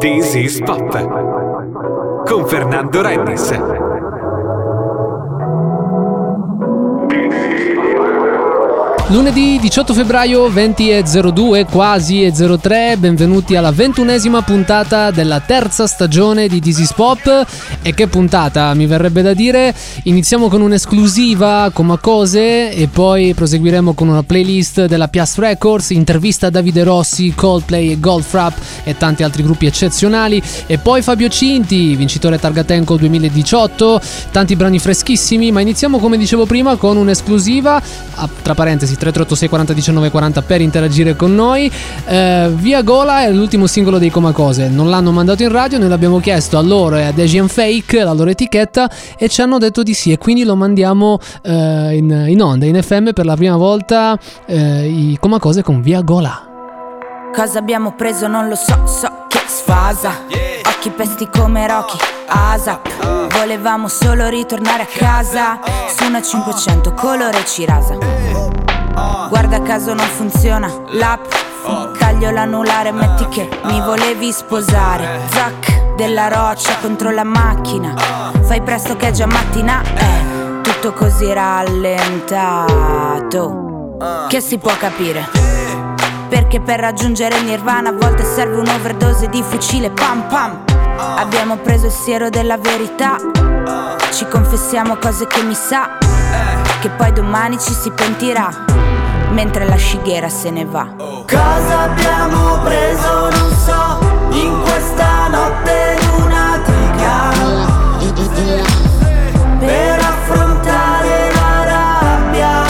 This is Pop con Fernando Rennis. Lunedì 18 febbraio 20:02, quasi e 03, benvenuti alla 21esima puntata della terza stagione di This is Pop. E che puntata, mi verrebbe da dire. Iniziamo con un'esclusiva come cose e poi proseguiremo con una playlist della Piast Records, intervista a Davide Rossi, Coldplay e Goldfrapp e tanti altri gruppi eccezionali. E poi Fabio Cinti, vincitore Targatenco 2018, tanti brani freschissimi. Ma iniziamo, come dicevo prima, con un'esclusiva, tra parentesi 386 40 19 40 per interagire con noi. Via Gola è l'ultimo singolo dei Comacose, non l'hanno mandato in radio, noi l'abbiamo chiesto a loro e ad Asian Fake, la loro etichetta, e ci hanno detto di sì, e quindi lo mandiamo in onda, in FM per la prima volta, i Comacose con Via Gola. Cosa abbiamo preso non lo so, so che sfasa. Occhi pesti come Rocky, ASAP. Volevamo solo ritornare a casa su una 500 colore Cirasa. Guarda caso non funziona l'app. Taglio l'anulare, metti che mi volevi sposare. Zac della roccia contro la macchina. Fai presto che è già mattina, tutto così rallentato che si può capire. Perché per raggiungere il nirvana a volte serve un'overdose di fucile pam pam. Abbiamo preso il siero della verità. Ci confessiamo cose che mi sa che poi domani ci si pentirà mentre la scighera se ne va. Cosa abbiamo preso non so in questa notte lunatica per affrontare la rabbia.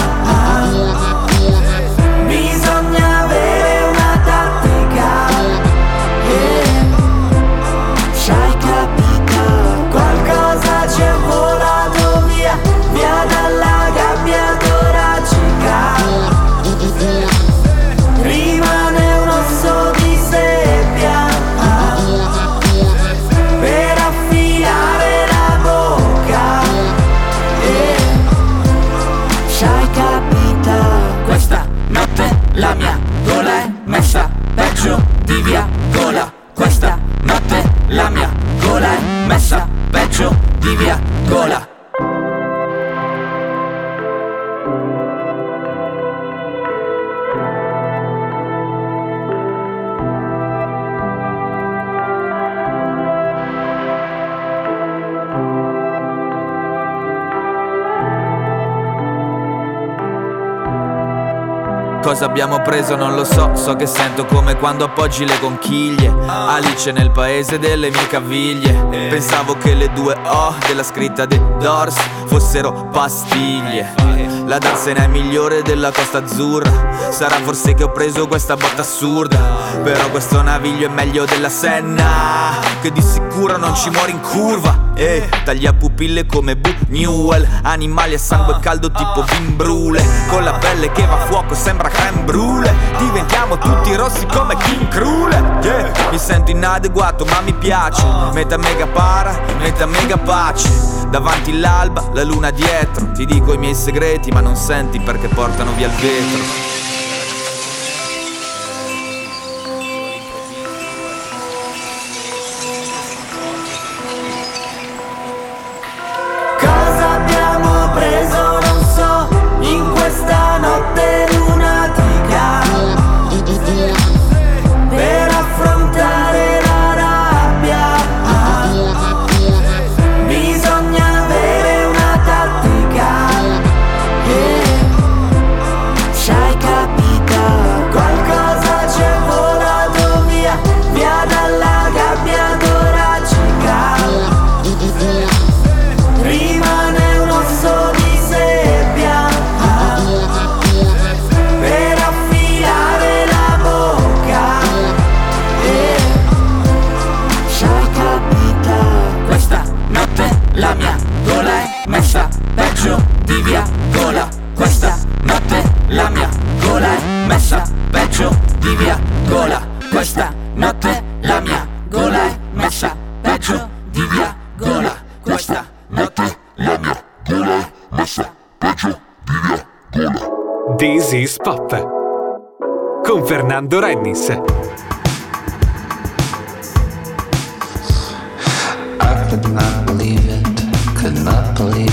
Bisogna avere una tattica, ci hai capito? Qualcosa ci è volato via, via dalla gabbia toracica. Rimane un osso di seppia per affilare la bocca, ci hai capito? Questa notte la mia gola è messa peggio di Via Gola. Questa notte la mia gola è messa peggio di Via Gola. Cosa abbiamo preso non lo so, so che sento come quando appoggi le conchiglie. Alice nel paese delle mie caviglie. Pensavo che le due O della scritta dei Doors fossero pastiglie. La darsena è migliore della Costa Azzurra. Sarà forse che ho preso questa botta assurda, però questo naviglio è meglio della Senna, che di sicuro non ci muore in curva. Taglia pupille come Bu Newell, animali a sangue caldo tipo Vin Brule, con la pelle che va a fuoco sembra crème brûlée. Diventiamo tutti rossi come King Krule. Mi sento inadeguato ma mi piace, metà mega para, metà mega pace. Davanti l'alba, la luna dietro. Ti dico i miei segreti ma non senti perché portano via il vetro. This is Pop con Fernando Rennis.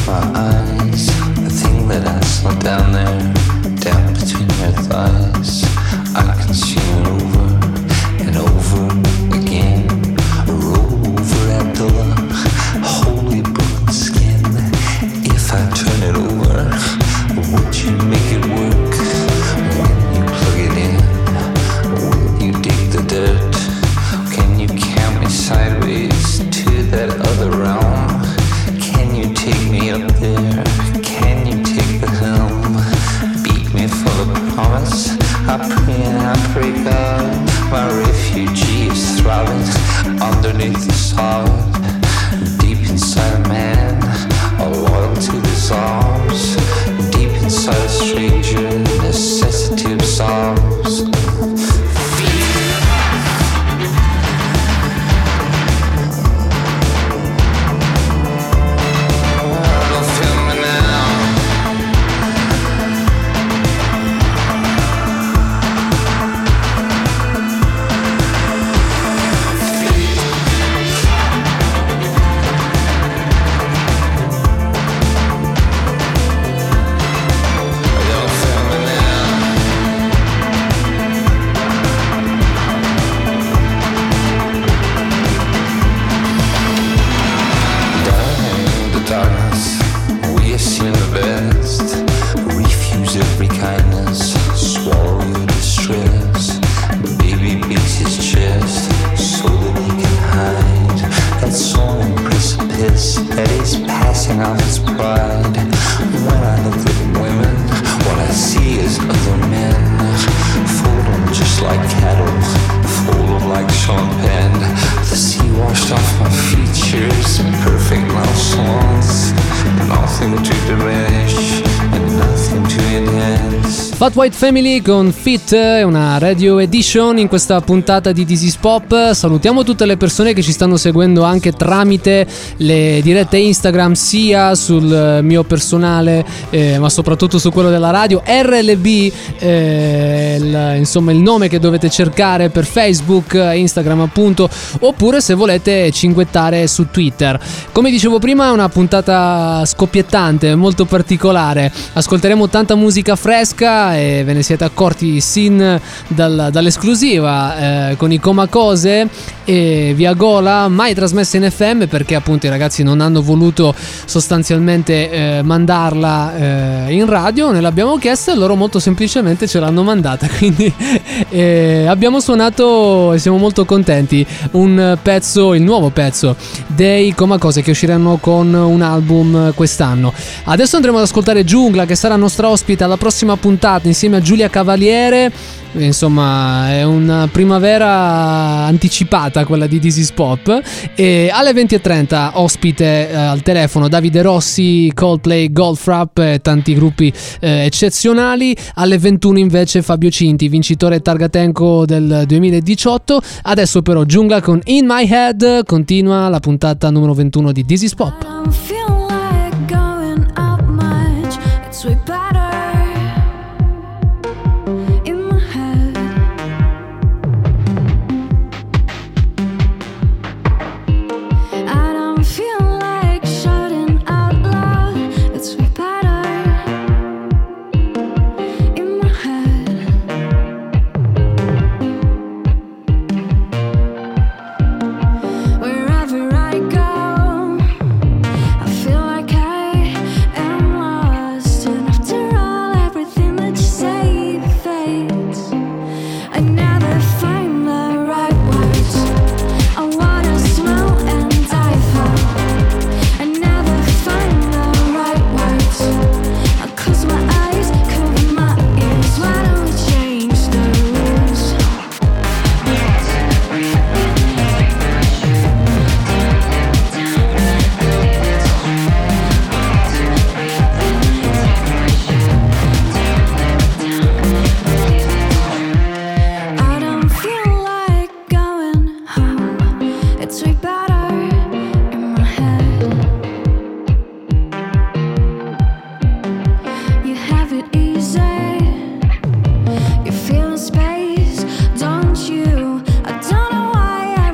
my eyes, the thing that I saw down there, down between your thighs, I can see it over and over again. Roll over Abdullah, holy broken skin. If I turn it over, would you make it work? When you plug it in, will you dig the dirt? Can you count me sideways to that other realm? Can you take me up there? Can you take the helm? Beat me for the promise. I pray God, my refugee is thriving underneath the solid. Deep inside a man, loyal to his arms. Deep inside a stranger, necessity absolves. Fat White Family con Fit, è una radio edition in questa puntata di This Is Pop. Salutiamo tutte le persone che ci stanno seguendo anche tramite le dirette Instagram, sia sul mio personale ma soprattutto su quello della radio RLB, insomma il nome che dovete cercare per Facebook, Instagram appunto, oppure se volete cinguettare su Twitter. Come dicevo prima, è una puntata scoppiettante, molto particolare. Ascolteremo tanta musica fresca e ve ne siete accorti sin dall'esclusiva con i Comacose e Via Gola, mai trasmessa in FM perché appunto i ragazzi non hanno voluto sostanzialmente mandarla in radio. Noi l'abbiamo chiesta e loro molto semplicemente ce l'hanno mandata, quindi abbiamo suonato e siamo molto contenti un pezzo, il nuovo pezzo dei Comacose, che usciranno con un album quest'anno. Adesso andremo ad ascoltare Giungla, che sarà nostra ospite alla prossima puntata insieme a Giulia Cavaliere. Insomma, è una primavera anticipata quella di This Is Pop. E alle 20:30 ospite al telefono Davide Rossi, Coldplay, Goldfrapp e tanti gruppi eccezionali. Alle 21 invece Fabio Cinti, vincitore Targatenco del 2018. Adesso però Giungla con In My Head. Continua la puntata numero 21 di This Is Pop.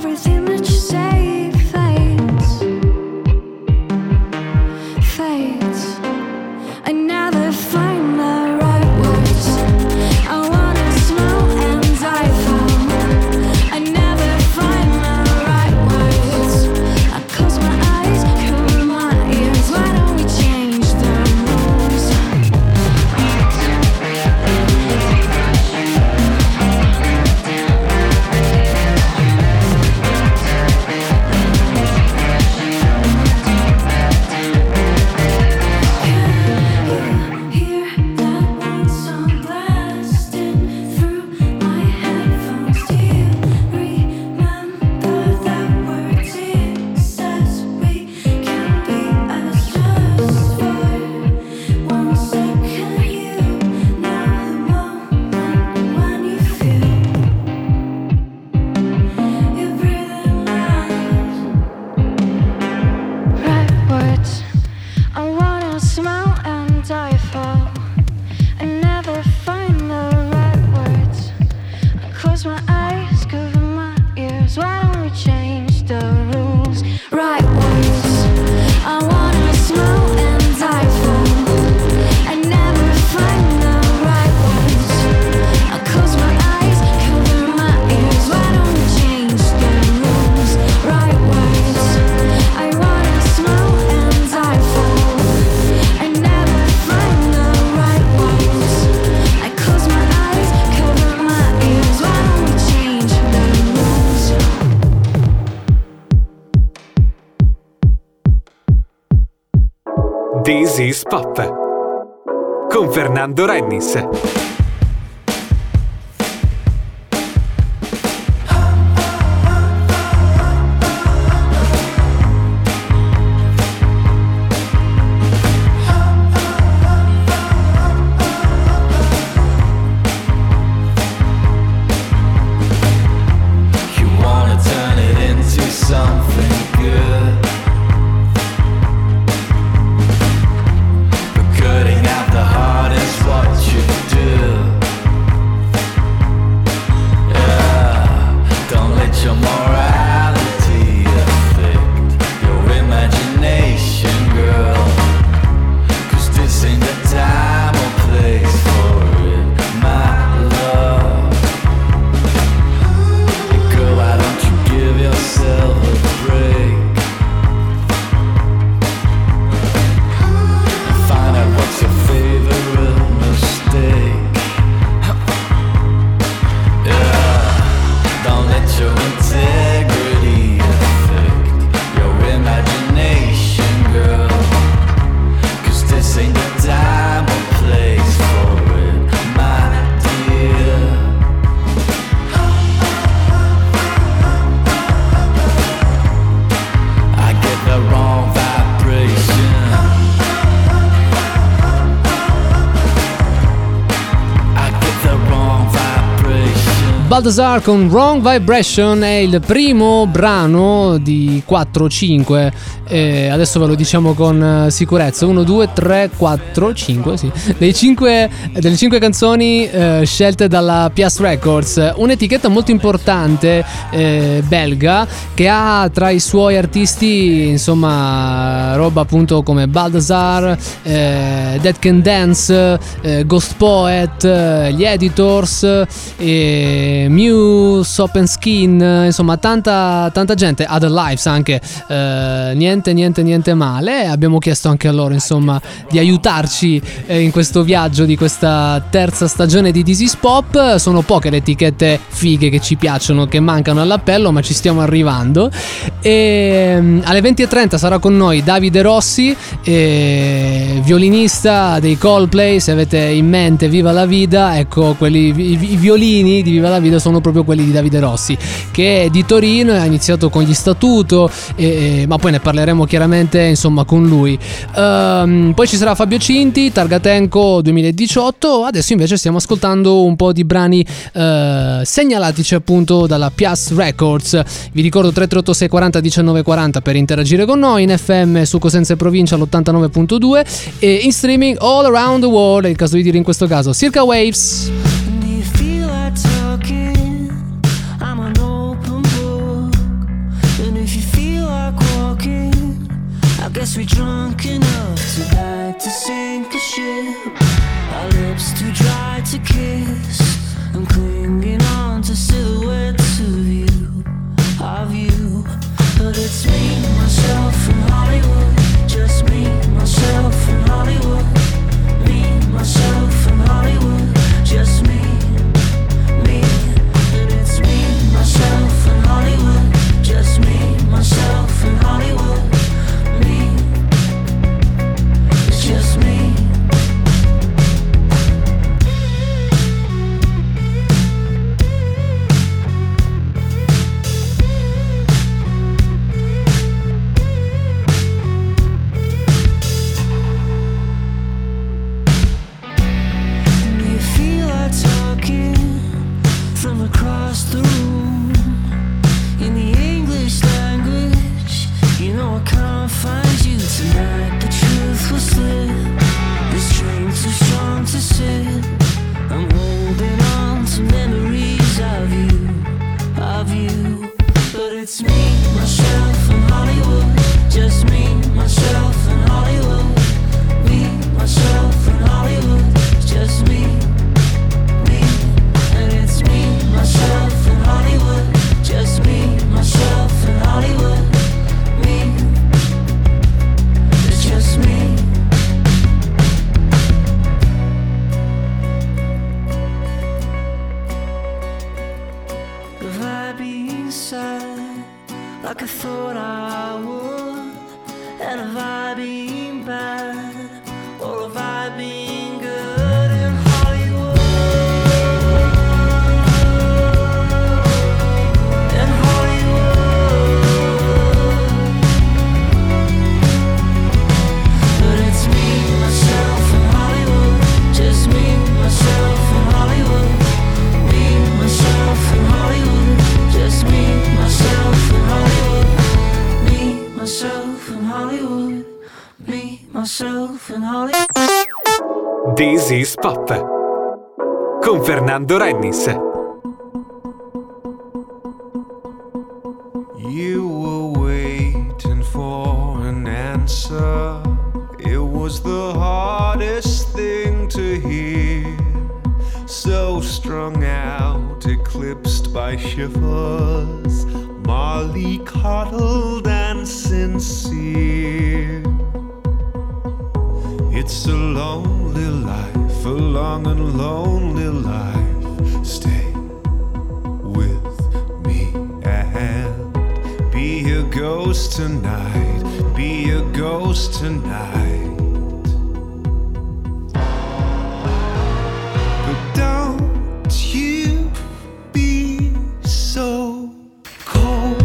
fades. This is Pop con Fernando Rennis. Balthazar con Wrong Vibration è il primo brano di 4-5. Adesso ve lo diciamo con sicurezza: 1, 2, 3, 4, 5, sì. Delle 5 canzoni scelte dalla Piast Records, un'etichetta molto importante belga, che ha tra i suoi artisti insomma roba appunto come Balthazar, Dead Can Dance, Ghost Poet, gli Editors, Mew, Soap and Skin, insomma tanta gente, Other Lives anche, niente male. Abbiamo chiesto anche a loro insomma di aiutarci in questo viaggio di questa terza stagione di This is Pop. Sono poche le etichette fighe che ci piacciono, che mancano all'appello, ma ci stiamo arrivando. E alle 20:30 sarà con noi Davide Rossi, violinista dei Coldplay. Se avete in mente Viva la Vida, ecco, quelli i violini di Viva la Vida sono proprio quelli di Davide Rossi, che è di Torino, ha iniziato con gli Statuto, ma poi ne parleremo chiaramente insomma con lui. Poi ci sarà Fabio Cinti, Targatenco 2018. Adesso invece stiamo ascoltando un po' di brani segnalatici appunto dalla Piast Records. Vi ricordo 338 640 1940 per interagire con noi, in FM su Cosenza e Provincia all'89.2 e in streaming all around the world, è il caso di dire in questo caso Circa Waves. Guess we're drunk enough tonight to sink a ship. Our lips too dry to kiss. I'm clinging on to silhouettes of you. But it's me, myself, and Hollywood. Just me, myself, and Hollywood. Me, myself, and Hollywood. Just me. And it's me, myself, and Hollywood. Just me, myself, and Hollywood. Just me. And do you feel like talking from across the room in the English language? You know I can't find you tonight. The truth will slip. This train too strong to sit. I'm holding on to memories of you. But it's me, myself, and Hollywood. Just me, myself, and Hollywood. Me, myself, and Hollywood. Just me. And it's me, myself, and Hollywood. Just me, myself, and Hollywood. It's just me. Have I been sad like I thought I would? And have I been bad myself in Hollywood. This is Pop con Fernando Rennis. You were waiting for an answer. It was the hardest thing to hear. So strung out, eclipsed by shivers, Molly coddled and sincere. It's a lonely life, a long and lonely life. Stay with me and be a ghost tonight, be a ghost tonight. But don't you be so cold.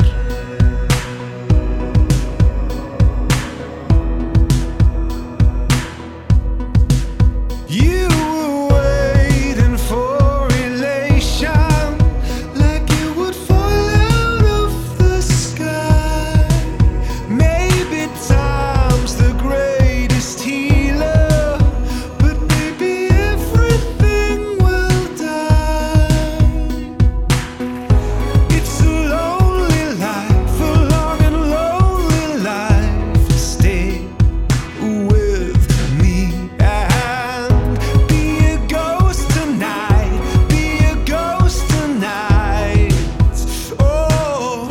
You were waiting for elation, like it would fall out of the sky. Maybe time's the greatest healer, but maybe everything will die. It's a lonely life, a long and lonely life. Stay with me and be a ghost tonight, be a ghost tonight. Oh,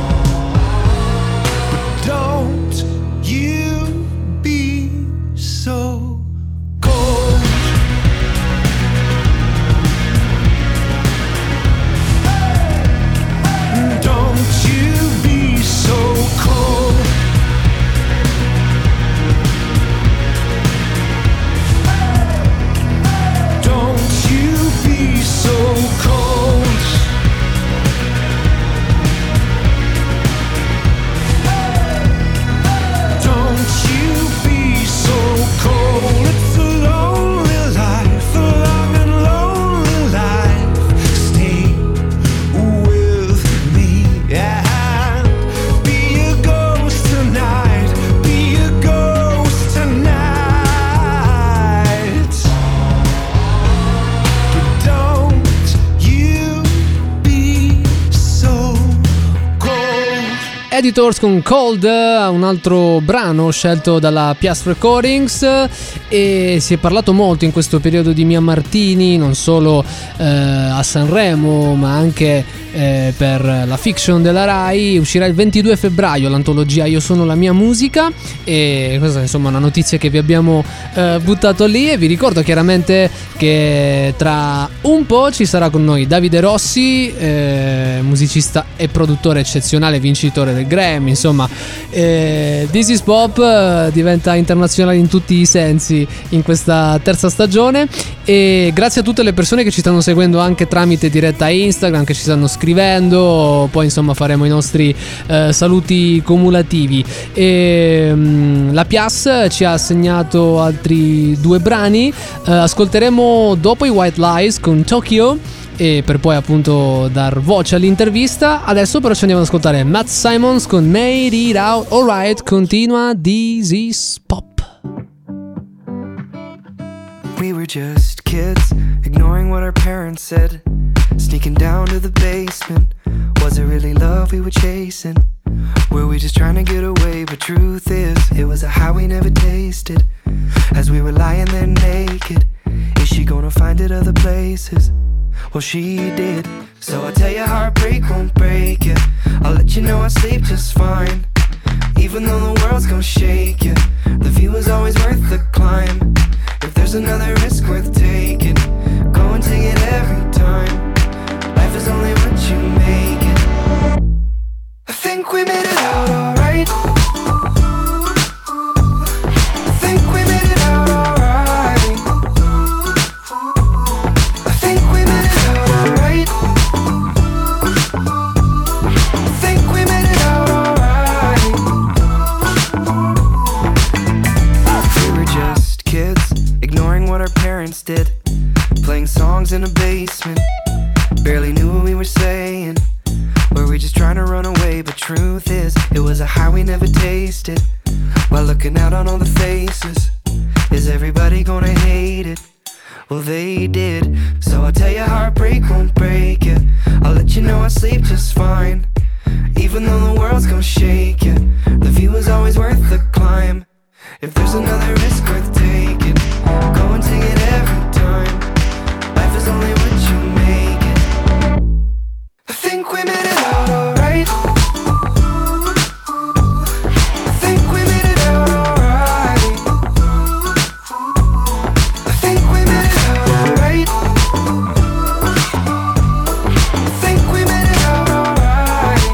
but don't you be so cold. Don't you be so cold. Don't you be so cold. Don't you be so cold. It's a lonely life, a long and lonely life. Stay with me and be a ghost tonight, be a ghost tonight. But don't you be so cold. Editors con Cold, un altro brano scelto dalla Piast Recordings, e si è parlato molto in questo periodo di Mia Martini, non solo a Sanremo ma anche per la fiction della Rai. Uscirà il 22 febbraio l'antologia Io sono la mia musica, e questa è insomma una notizia che vi abbiamo buttato lì, e vi ricordo chiaramente che tra un po' ci sarà con noi Davide Rossi, musicista e produttore eccezionale, vincitore del Grammy. Insomma, This is Pop diventa internazionale in tutti i sensi in questa terza stagione, e grazie a tutte le persone che ci stanno seguendo anche tramite diretta Instagram, che ci stanno scrivendo. Poi insomma faremo i nostri saluti cumulativi. La Pias ci ha assegnato altri due brani, ascolteremo dopo i White Lies con Tokyo, e per poi appunto dar voce all'intervista. Adesso però ci andiamo ad ascoltare Matt Simons con Made It Out Alright. Continua This is Pop. We were just kids, ignoring what our parents said, sneaking down to the basement. Was it really love we were chasing? Were we just trying to get away? But truth is, it was a high we never tasted. As we were lying there naked, is she gonna find it other places? Well, she did. So I tell you, heartbreak won't break you. I'll let you know I sleep just fine. Even though the world's gonna shake you, the view is always worth the climb. If there's another risk worth taking, go and take it every time. Life is only what you make it. I think we made it out alright. I think we made it out alright. I think we made it out alright. I think we made it out alright. We were just kids, ignoring what our parents did, playing songs in a basement, barely knew what we were saying. Were we just trying to run away? But truth is, it was a high we never tasted. While looking out on all the faces. Is everybody gonna hate it? Well, they did. So I'll tell you, heartbreak won't break you. I'll let you know I sleep just fine, even though the world's gonna shake you. The view is always worth the climb. If there's another risk worth taking, go and take it every time. Life is only what you make it. I think we made it out alright. I think we made it out alright. I think we made it out alright. I think we made it out alright.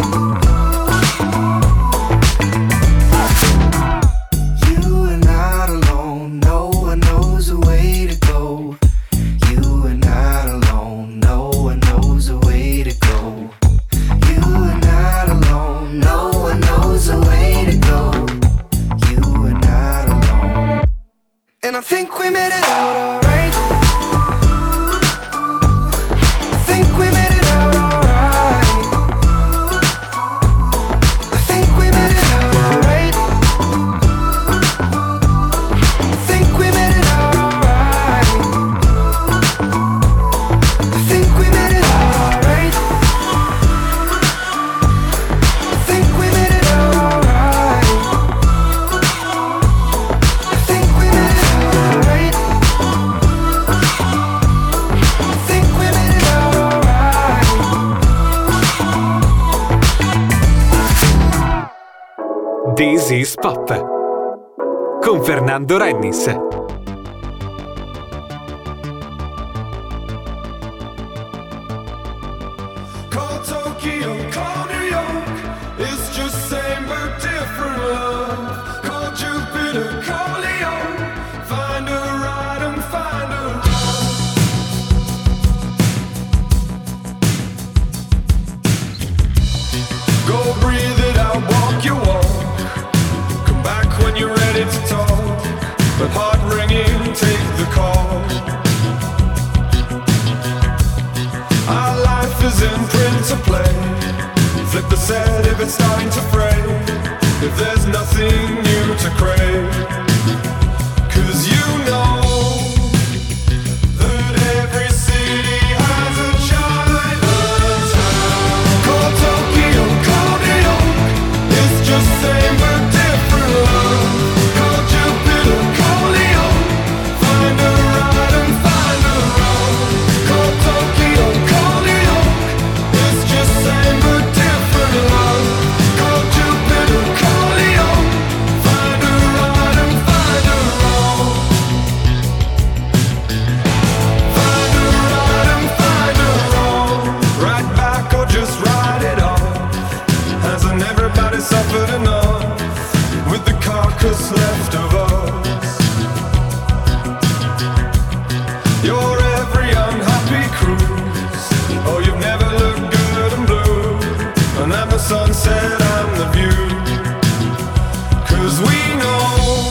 You are not alone, no one knows the way to go. You are not alone, no one knows the way to go. You are not alone, no one knows the way to go. You are not alone. And I think we made it out alright. I think we made it out alright. I think we made it out alright. I think we made it out alright. I think we made it out alright. I think we made it out alright. I think we made it out alright. I think we made it out alright. This is Pop con Fernando Rennis. Call Tokyo, call New York. It's just same but different love. Call Jupiter, call Leon. Find a ride and find a go breathe it out, walk your walk. Come back when you're ready to talk. But heart ringing, take the call. Our life is in print to play. Flip the set if it's starting to fray. If there's nothing new to crave. 'Cause you know that every city has a Chinatown. Call Tokyo, call New York. It's just same but different love. Call Jupiter, call Leon. Find a ride and find a road. Call Tokyo, call New York. It's just same but different love. Call Jupiter, call Leon. Find a ride and find a road. Find a ride and find a road. Right back or just ride it off. Hasn't everybody suffered enough with the carcass left of us? You're every unhappy cruise. Oh, you've never looked good and blue. And I'm the sunset, I'm the view. 'Cause we know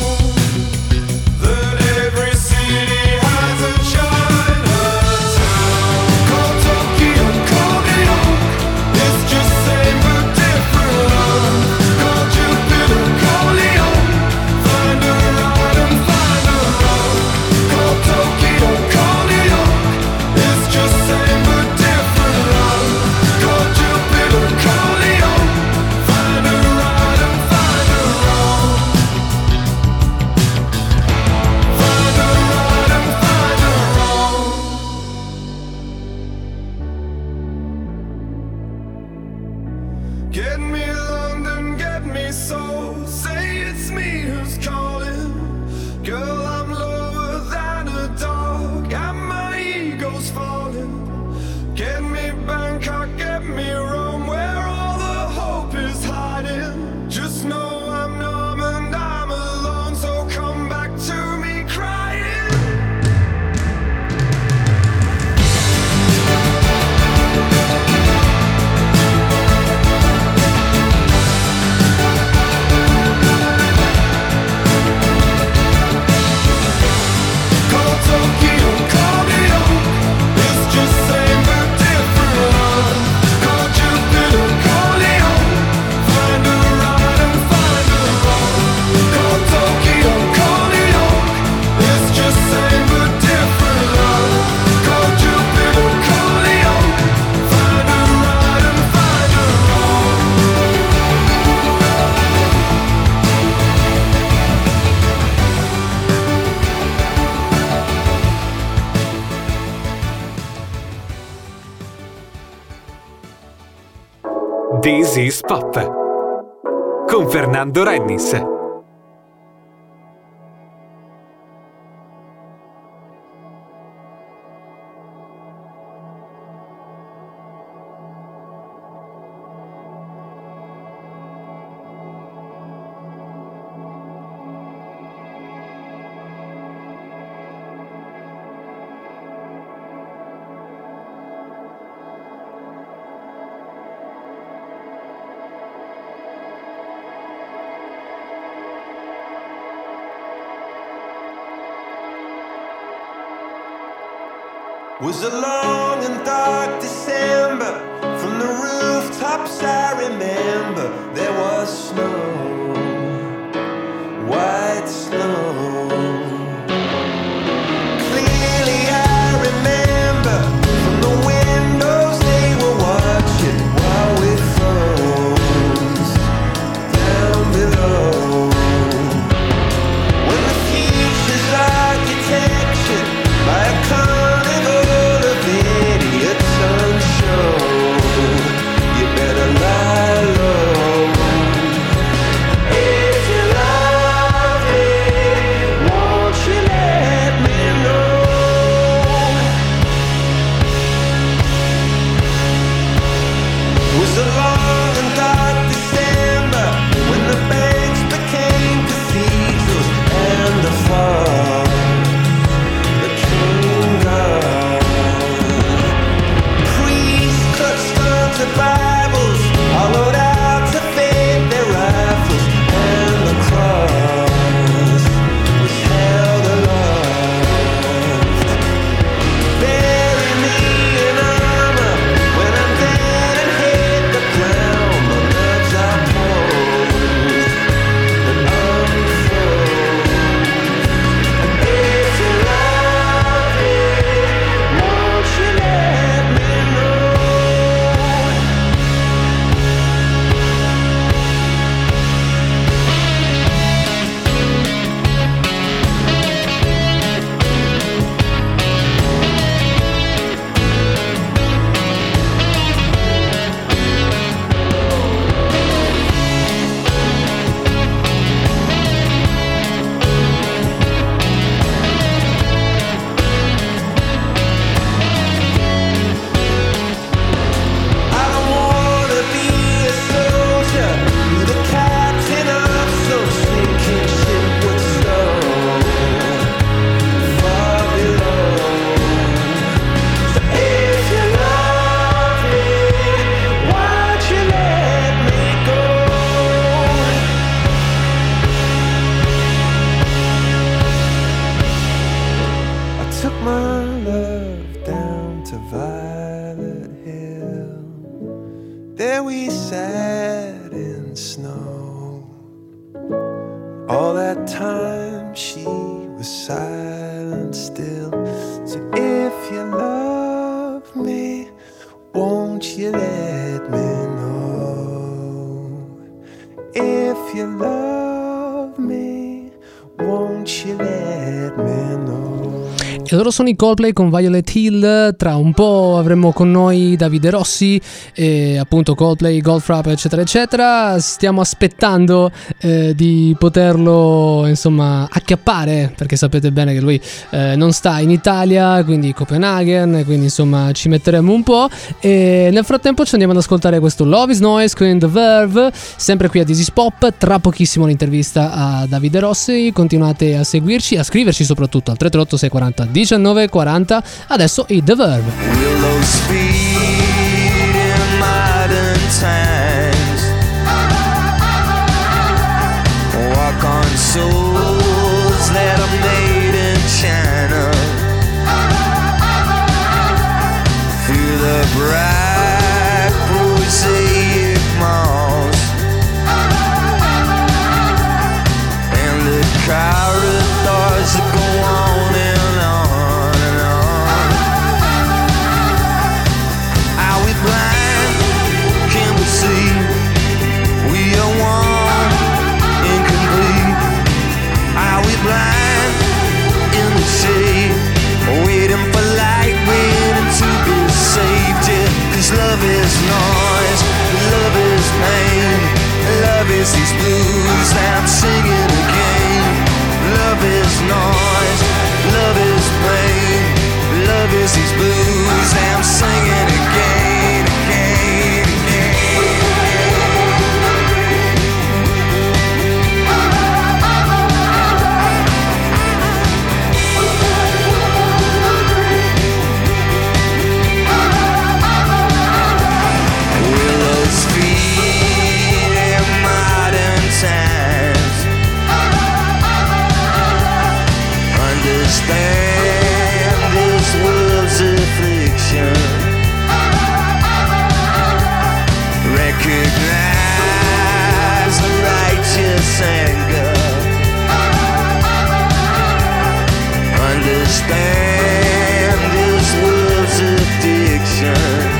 that every city has a Chinatown. Call Tokyo, call New York. It's just same but different love. Call Jupiter, call Leon. Find a ride and find a road. Call Tokyo, call New York. It's just same but different love. Call Jupiter, call Leon. Find a ride and find a road. Find a ride and find a road. Get me London, get me soul. Say it's me who's calling. Girl, I'm lower than a dog, and my ego's falling. Get me Bangkok, get me Rome, where all the hope is hiding. Just know I'm numb and I'm alone, so come back to me crying. 'Cause This is Pop con Fernando Rennis. Was a long and dark December. From the rooftops I remember there was snow, white snow. Clearly I remember from the windows they were watching while we froze down below. When the future's architecture by a carnival of idiots on show, you better lie low. If you love me, won't you let me know? It was a long and dark December when the banks became cathedrals and the fall the Bibles hollowed out to fit their rifles, and the cross was held aloft. Bury me in armor when I'm dead and hit the ground. My nerves are posed and unfroze. And if you love me, won't you let me know? There we sat in snow. All that time she was silent still. So if you love me, won't you let me know? If you love me, won't you let me know? E loro sono i Coldplay con Violet Hill. Tra un po' avremo con noi Davide Rossi, appunto Coldplay, Goldfrapp, eccetera eccetera. Stiamo aspettando di poterlo insomma acchiappare, perché sapete bene che lui non sta in Italia, quindi Copenaghen, quindi insomma ci metteremo un po'. E nel frattempo ci andiamo ad ascoltare questo Love is Noise con The Verve, sempre qui a This is Pop. Tra pochissimo l'intervista a Davide Rossi. Continuate a seguirci, a scriverci soprattutto al 338 640 1940. Adesso i The Verve. Willow speed in modern times. Walk on souls that are made in China. Through the bright prosaic malls and the crowded thoughts that go on and on and on. is these blues that I'm singing again. Love is noise, love is pain. Love is these blues that I'm singing again, again, again. Willow's feet in modern times. Understand this world's affliction. Recognize the righteous anger. Understand this world's addiction.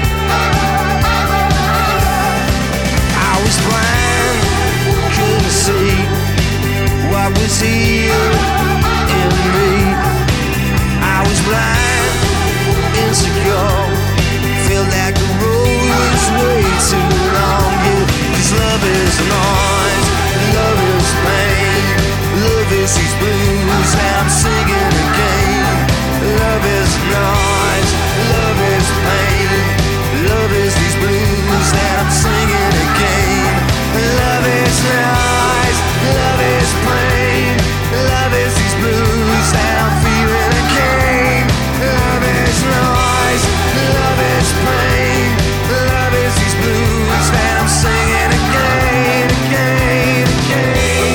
I was blind, couldn't see what was here in me. I was blind, insecure, felt like the road was way too long. Yeah, 'cause love is noise, love is pain. Love is these blues that I'm singing again. Love is noise, love is pain. Love is these blues that I'm singing again. Love is noise, love is pain. Love is these blues that I'm feeling again. Love is noise, love is pain. Love is these blues that I'm singing again, again, again.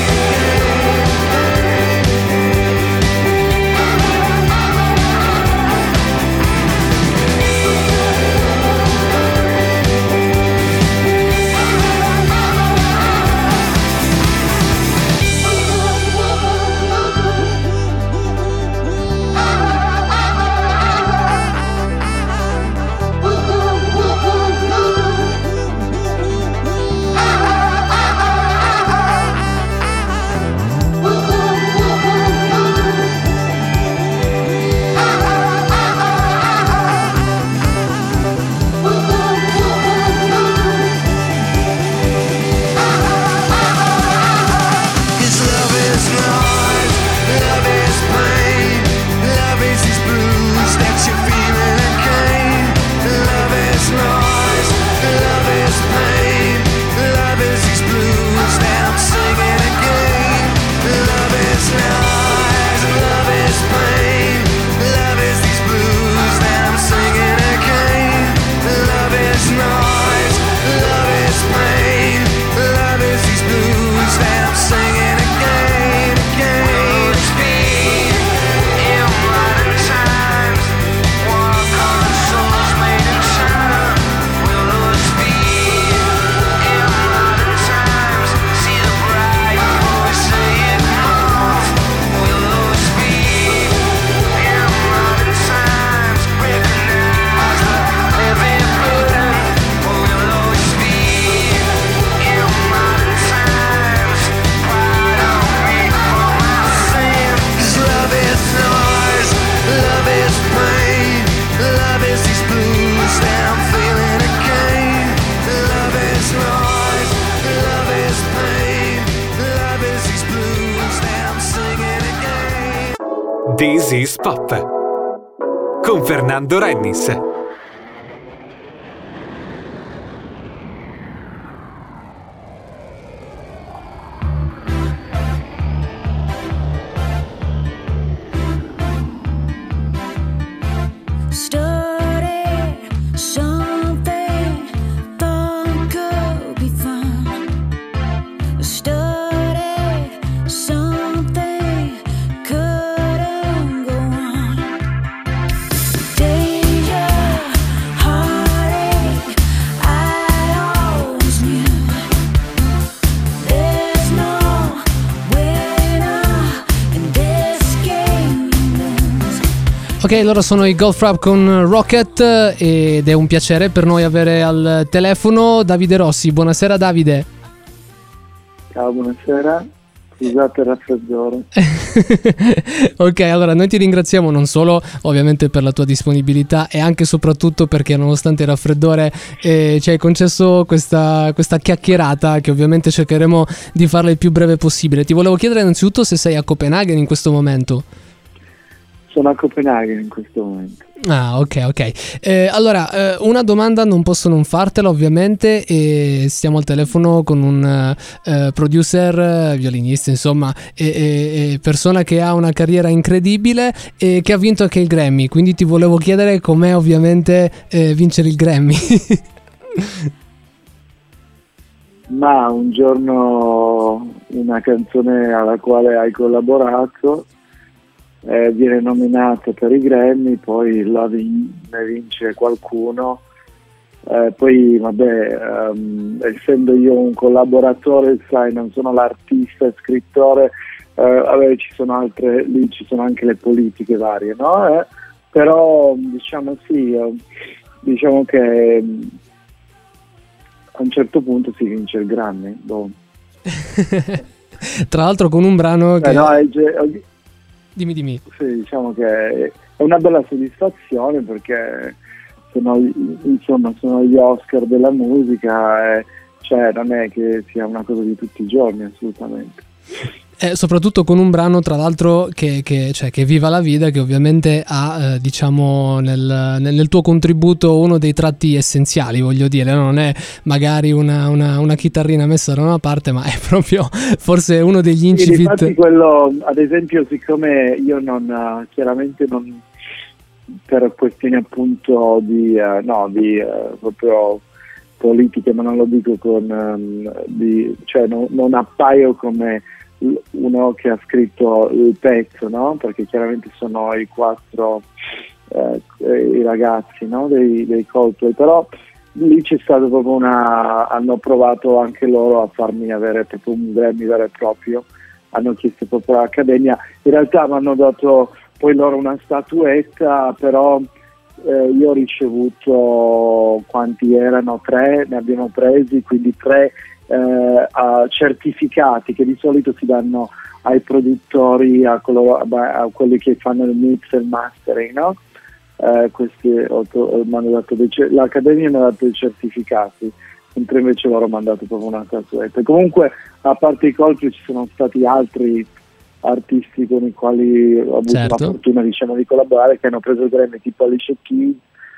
This is Pop con Fernando Rennis. Ok, loro sono i Goldfrapp con Rocket ed è un piacere per noi avere al telefono Davide Rossi. Buonasera Davide. Ciao, buonasera. Scusate il raffreddore. Ok, allora noi ti ringraziamo non solo ovviamente per la tua disponibilità e anche e soprattutto perché nonostante il raffreddore ci hai concesso questa chiacchierata che ovviamente cercheremo di farla il più breve possibile. Ti volevo chiedere innanzitutto se sei a Copenaghen in questo momento. Sono a Copenaghen in questo momento. Ah, ok. Allora, una domanda non posso non fartela ovviamente, e stiamo al telefono con un producer, violinista, insomma, e persona che ha una carriera incredibile e che ha vinto anche il Grammy, quindi ti volevo chiedere com'è ovviamente vincere il Grammy. Ma un giorno una canzone alla quale hai collaborato viene nominata per i Grammy, poi ne vince qualcuno, poi vabbè, essendo io un collaboratore, sai, non sono l'artista, scrittore, vabbè, ci sono anche le politiche varie, no? Però diciamo sì, diciamo che a un certo punto si vince il Grammy. Boh. Tra l'altro con un brano che... No, Dimmi. Sì, diciamo che è una bella soddisfazione perché sono gli Oscar della musica, cioè non è che sia una cosa di tutti i giorni, assolutamente. Soprattutto con un brano tra l'altro che viva la vida, che ovviamente ha diciamo nel tuo contributo uno dei tratti essenziali, voglio dire, non è magari una chitarrina messa da una parte, ma è proprio forse uno degli incipit. Infatti quello, ad esempio, siccome io chiaramente non, per questioni appunto di proprio politiche, ma non lo dico cioè non appaio come uno che ha scritto il pezzo, no? Perché chiaramente sono i 4 i ragazzi, no? dei Coldplay, però lì c'è stato proprio hanno provato anche loro a farmi avere proprio un Grammy vero e proprio, hanno chiesto proprio all'Accademia, in realtà mi hanno dato poi loro una statuetta, però io ho ricevuto, quanti erano? 3, ne abbiamo presi, quindi 3 certificati che di solito si danno ai produttori, a quelli che fanno il mix e il mastering, no? L'Accademia mi ha dato i certificati, mentre invece loro mi hanno dato proprio una statuetta. Comunque, a parte i colpi, ci sono stati altri artisti con i quali ho avuto la fortuna, diciamo, di collaborare, che hanno preso il Grammy, tipo Alicia Keys,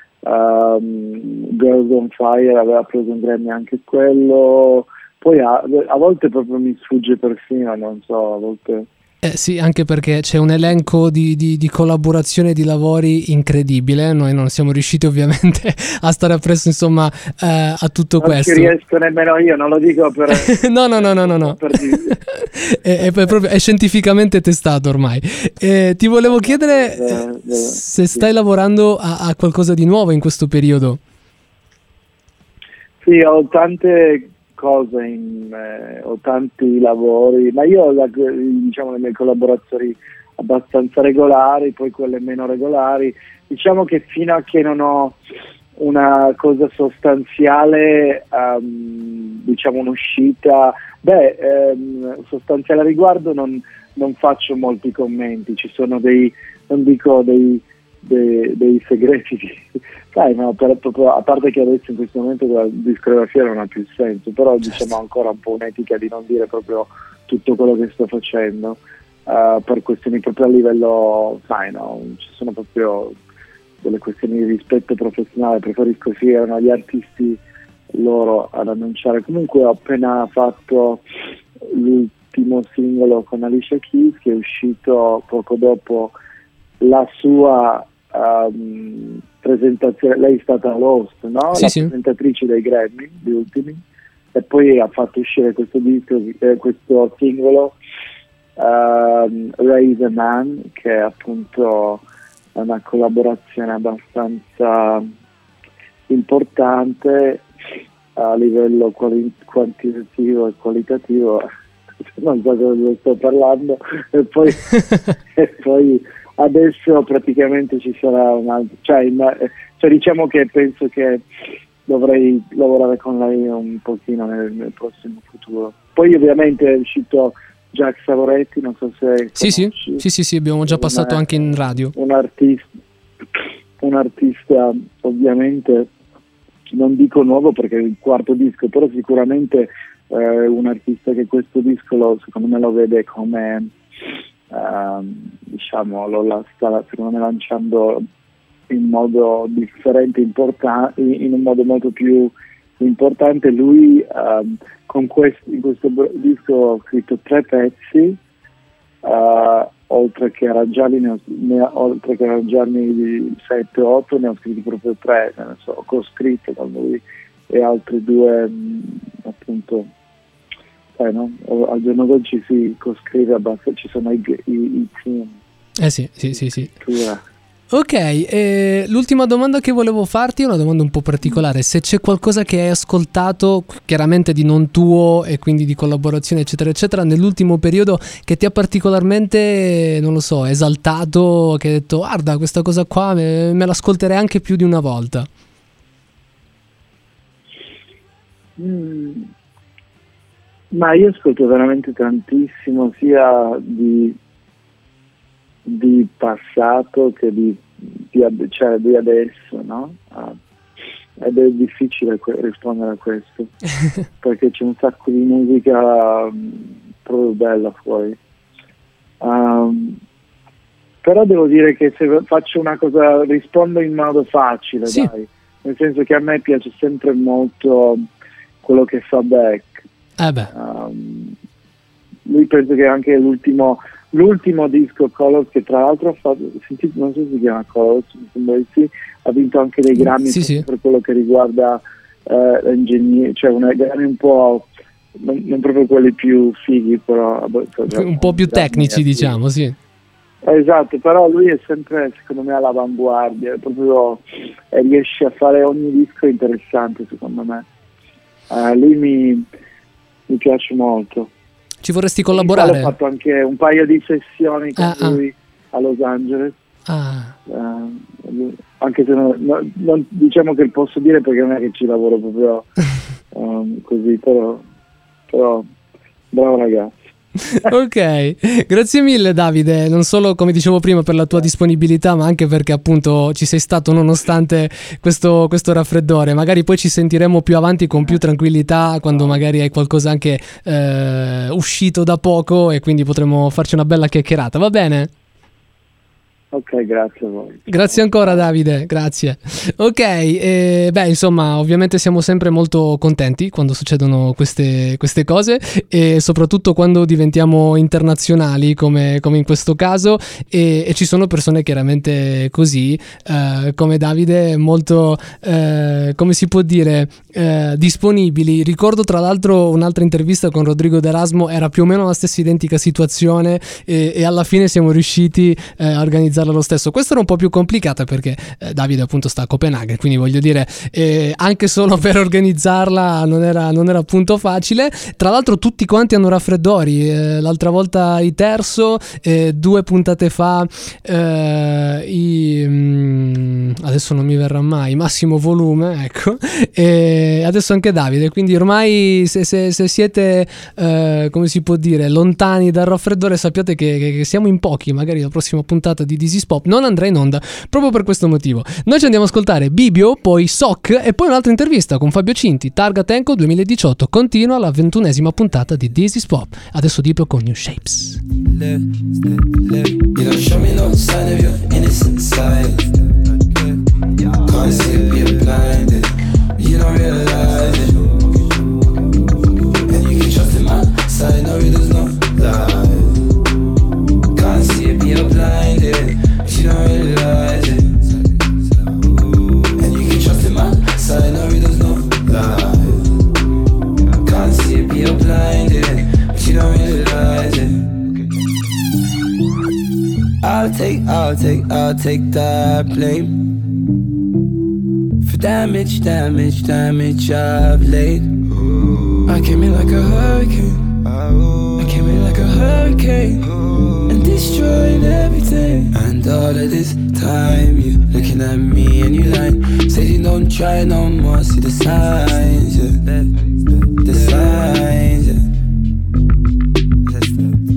Girls on Fire aveva preso un Grammy anche quello. Poi a volte proprio mi sfugge persino, non so, a volte... Sì, anche perché c'è un elenco di collaborazione, di lavori incredibile. Noi non siamo riusciti ovviamente a stare appresso, insomma, a tutto questo. Non ci riesco nemmeno io, non lo dico per... No. È scientificamente testato ormai. Ti volevo chiedere se stai lavorando a qualcosa di nuovo in questo periodo. Sì, ho tante cose, ho tanti lavori, ma io diciamo le mie collaborazioni abbastanza regolari, poi quelle meno regolari, diciamo che fino a che non ho una cosa sostanziale, diciamo un'uscita, sostanziale a riguardo non faccio molti commenti, ci sono non dico dei segreti, sai, no, proprio, a parte che adesso in questo momento la discografia non ha più senso, però diciamo ancora un po' un'etica di non dire proprio tutto quello che sto facendo, per questioni proprio a livello, sai, no, ci sono proprio delle questioni di rispetto professionale, preferisco che siano gli artisti loro ad annunciare. Comunque ho appena fatto l'ultimo singolo con Alicia Keys, che è uscito poco dopo la sua presentazione. Lei è stata l'host, no? Sì, la sì. presentatrice dei Grammy, gli ultimi, e poi ha fatto uscire questo disco, questo singolo, Raise a Man, che è appunto una collaborazione abbastanza importante a livello quantitativo e qualitativo, non so cosa sto parlando, e poi adesso praticamente ci sarà un altro, cioè diciamo che penso che dovrei lavorare con lei un pochino nel prossimo futuro. Poi ovviamente è uscito Jack Savoretti, non so se Sì, conosci. sì, abbiamo già passato anche in radio. Un artista ovviamente, non dico nuovo perché è il quarto disco, però sicuramente un artista che questo disco secondo me lo vede come diciamo lo sta secondo me lanciando in modo differente, in un modo molto più importante. Lui in questo disco ha scritto 3 pezzi, oltre che arrangiarli oltre che arrangiarmi di 7-8 ne ho scritti proprio 3, ne so, co-scritte con lui, e altri 2 appunto no? Al giorno d'oggi si coscrive abbastanza, ci sono i team. Sì. Ok, l'ultima domanda che volevo farti è una domanda un po' particolare. Se c'è qualcosa che hai ascoltato, chiaramente di non tuo e quindi di collaborazione eccetera eccetera, nell'ultimo periodo che ti ha particolarmente, non lo so, esaltato, che hai detto guarda questa cosa qua me l'ascolterei anche più di una volta. Ma io ascolto veramente tantissimo, sia di passato che di adesso, no? Ed è difficile rispondere a questo perché c'è un sacco di musica proprio bella fuori. Però devo dire che se faccio una cosa rispondo in modo facile, sì. Dai, nel senso che a me piace sempre molto quello che fa Beck. Lui penso che anche l'ultimo disco Colors, che tra l'altro non so se si chiama Colors, ha vinto anche dei Grammy per quello che riguarda l'ingegneria, cioè una Grammy un po' non proprio quelli più fighi, però un po' più tecnici, diciamo, sì. Esatto, però lui è sempre secondo me all'avanguardia, proprio riesce a fare ogni disco interessante secondo me. Lui mi piace molto. Ci vorresti collaborare? Ho fatto anche un paio di sessioni con lui a Los Angeles. Anche se non diciamo che posso dire perché non è che ci lavoro proprio così, però bravo ragazzo. Ok, grazie mille Davide, non solo come dicevo prima per la tua disponibilità, ma anche perché appunto ci sei stato nonostante questo raffreddore. Magari poi ci sentiremo più avanti con più tranquillità, quando magari hai qualcosa anche uscito da poco, e quindi potremo farci una bella chiacchierata, va bene? Ok, grazie a voi. Grazie ancora Davide, grazie. Ok, insomma, ovviamente siamo sempre molto contenti quando succedono queste cose, e soprattutto quando diventiamo internazionali come in questo caso, e ci sono persone chiaramente così, come Davide, molto, come si può dire, disponibili. Ricordo tra l'altro un'altra intervista con Rodrigo D'Erasmo, era più o meno la stessa identica situazione, e alla fine siamo riusciti a organizzare lo stesso. Questa era un po' più complicata perché Davide appunto sta a Copenaghen, quindi voglio dire anche solo per organizzarla non era appunto facile. Tra l'altro tutti quanti hanno raffreddori, l'altra volta i Terzo, 2 puntate fa adesso non mi verrà mai, Massimo Volume, ecco, e adesso anche Davide, quindi ormai se siete come si può dire lontani dal raffreddore, sappiate che siamo in pochi. Magari la prossima puntata di This Is Pop non andrà in onda proprio per questo motivo. Noi ci andiamo a ascoltare Bibio, poi Soc e poi un'altra intervista con Fabio Cinti. Targa Tenco 2018 continua la 21esima puntata di This Is Pop. Adesso Diplo con New Shapes. You don't show me no sign of your innocent side. Can't see it, you're blinded. You don't realize it. And you can trust in my side, no, it does not lie. Can't see it, you're blinded. You don't realize it. And you can trust in my side, no, it does not lie. Can't see it, you're blinded. You don't realize it. I'll take that blame for damage I've laid. I came in like a hurricane. I came in like a hurricane and destroyed everything. And all of this time you looking at me and you lying. Said you don't try no more. See the signs, yeah. The signs, yeah.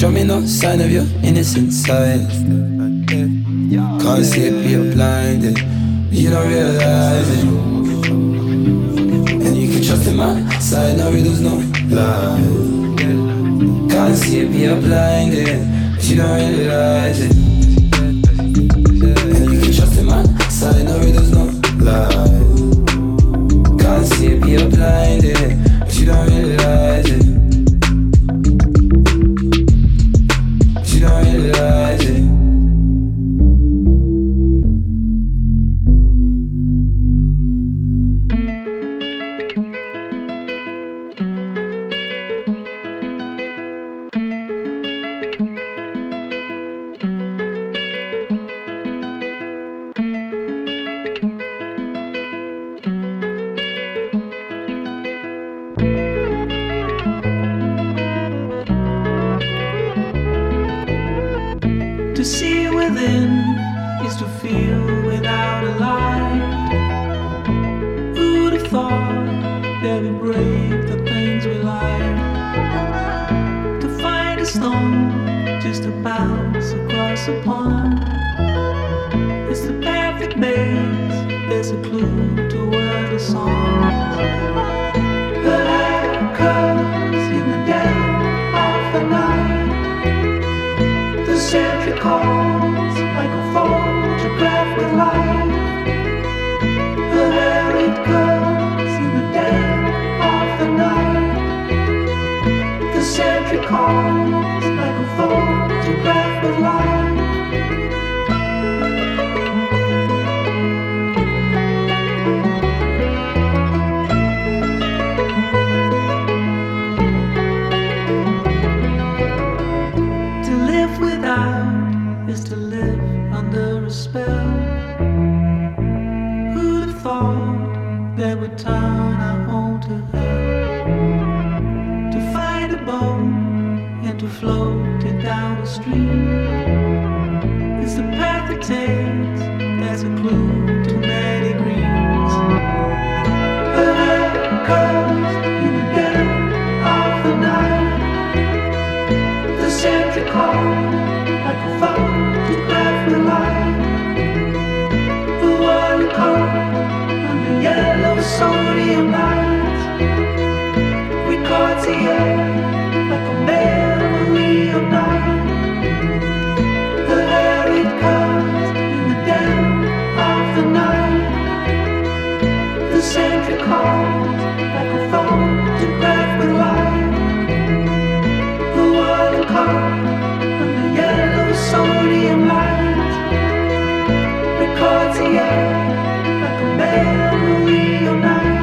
show me no sign of your innocent side. Can't see it, you're blinded. You don't realize it. And you can trust in my side, no riddles, no lies. Can't see it, you're blinded. You don't realize it. And you can trust in my side, no riddles, no lies. Can't see it, you're blinded. You don't realize it. You don't realize it. To see within is to feel without a light. Who'd have thought that we break the things we like? To find a stone just to bounce across a pond. It's the perfect maze, there's a clue toward the song. The light comes in the dead of the night. The sentry calls like a photograph with light. There it comes in the dead of the night. The sentry calls like a photograph with light. Is to live under a spell. Who'd have thought that would turn our home to hell? To find a bone and to float it down the stream. It's the path it takes, that's a clue to many dreams. The light comes in the dead of the night. The sentry calls like a photograph with light. The world cold under yellow sodium lights. Records the air like a memory of night. The air it comes in the dead of the night. The sentry calls like a photograph with light. The world cold under yellow sodium lights. Records the air like a memory of night.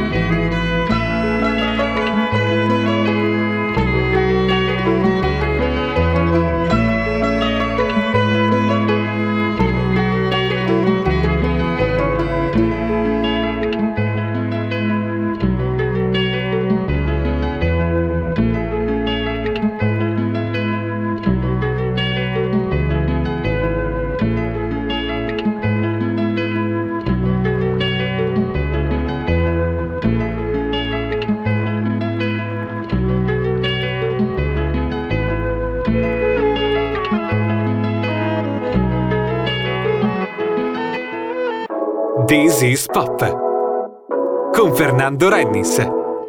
This is Pop con Fernando Rennis.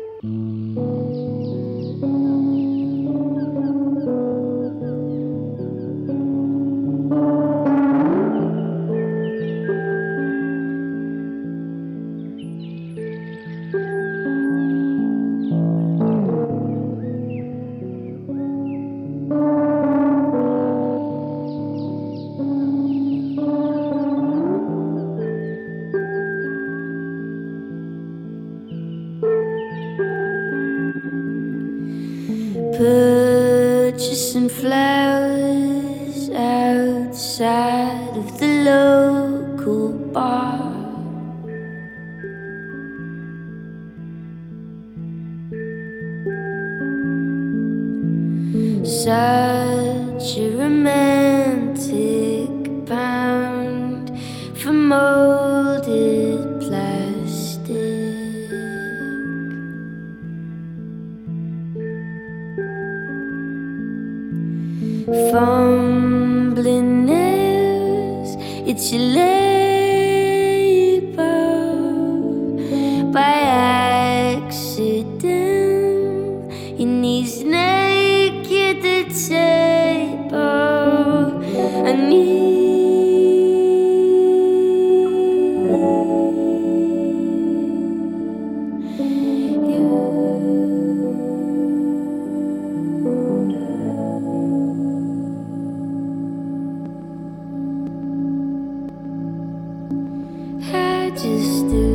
Purchasing flowers outside of the local bar. Such a romantic pound for molded plastic. fumbling nails. It's your labor by accident. Your knees naked at the table. I need just do.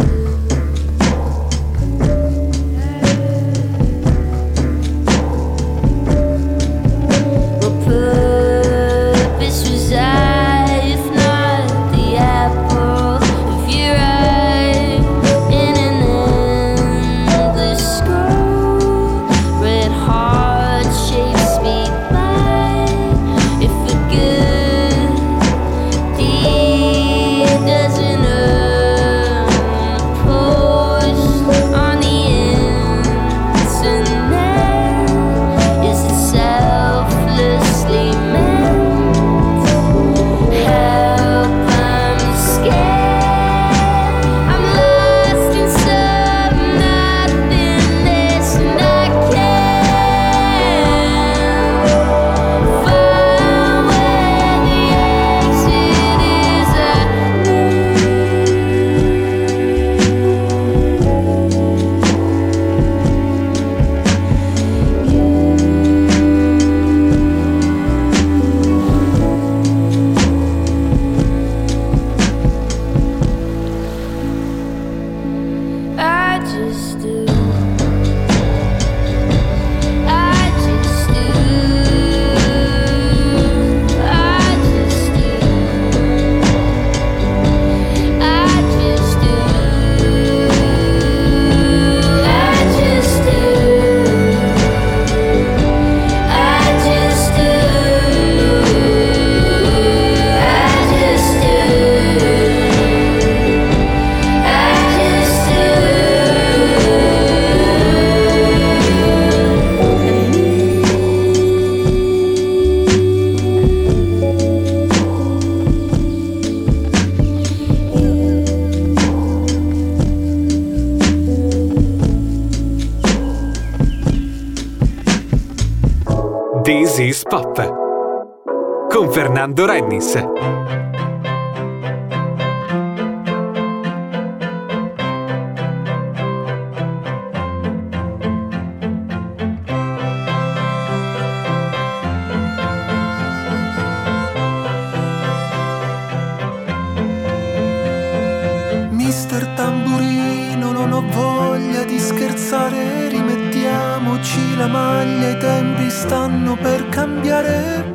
What purpose was I, if not the apple of your eye, in an endless scroll? Red heart shapes speed by. If a good deed doesn't on the internet, is it selflessly meant? Help, I'm scared. I'm lost in some nothingness, and I can't find where the exit is. I just do. I just do. I just do. I just do. I just do. I just do. I just do. This is Pop con Fernando Rennis. Mister Tamburino, non ho voglia di scherzare, rimettiamoci la maglia, i tempi stanno per cambiare.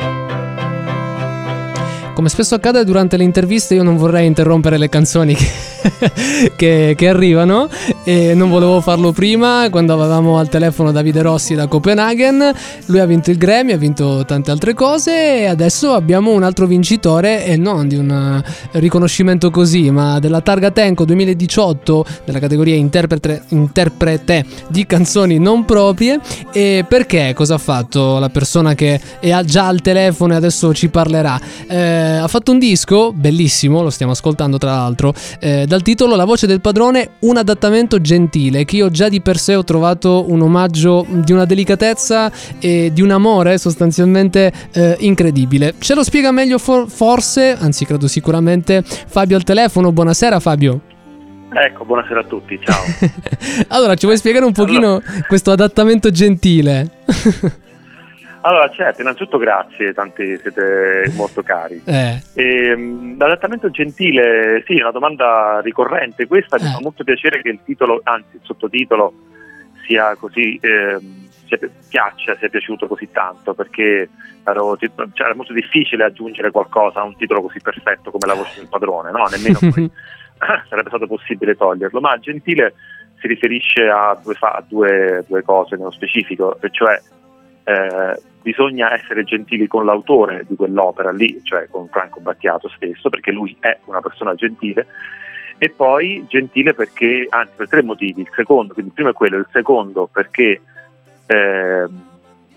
Come spesso accade durante le interviste, io non vorrei interrompere le canzoni che arrivano, e non volevo farlo prima quando avevamo al telefono Davide Rossi da Copenaghen. Lui ha vinto il Grammy, ha vinto tante altre cose, e adesso abbiamo un altro vincitore, e non di un riconoscimento così, ma della Targa Tenco 2018 nella categoria interprete di canzoni non proprie. E perché? Cosa ha fatto la persona che è già al telefono e adesso ci parlerà? Ha fatto un disco bellissimo, lo stiamo ascoltando tra l'altro, dal titolo La voce del padrone, un adattamento gentile, che io già di per sé ho trovato un omaggio di una delicatezza e di un amore sostanzialmente incredibile. Ce lo spiega meglio forse, anzi credo sicuramente, Fabio al telefono. Buonasera Fabio. Ecco, buonasera a tutti, ciao. Allora, ci vuoi spiegare un pochino questo adattamento gentile? Allora, certo, innanzitutto grazie, tanti siete molto cari. L'adattamento gentile, sì, è una domanda ricorrente questa, mi fa molto piacere che il titolo, anzi il sottotitolo, sia così, sia piaciuto così tanto, perché era molto difficile aggiungere qualcosa a un titolo così perfetto come La voce del padrone, no? Nemmeno sarebbe stato possibile toglierlo, ma gentile si riferisce a due cose nello specifico, e cioè bisogna essere gentili con l'autore di quell'opera lì, cioè con Franco Battiato stesso, perché lui è una persona gentile, e poi gentile perché, anzi per tre motivi. Il secondo, quindi il primo è quello, il secondo perché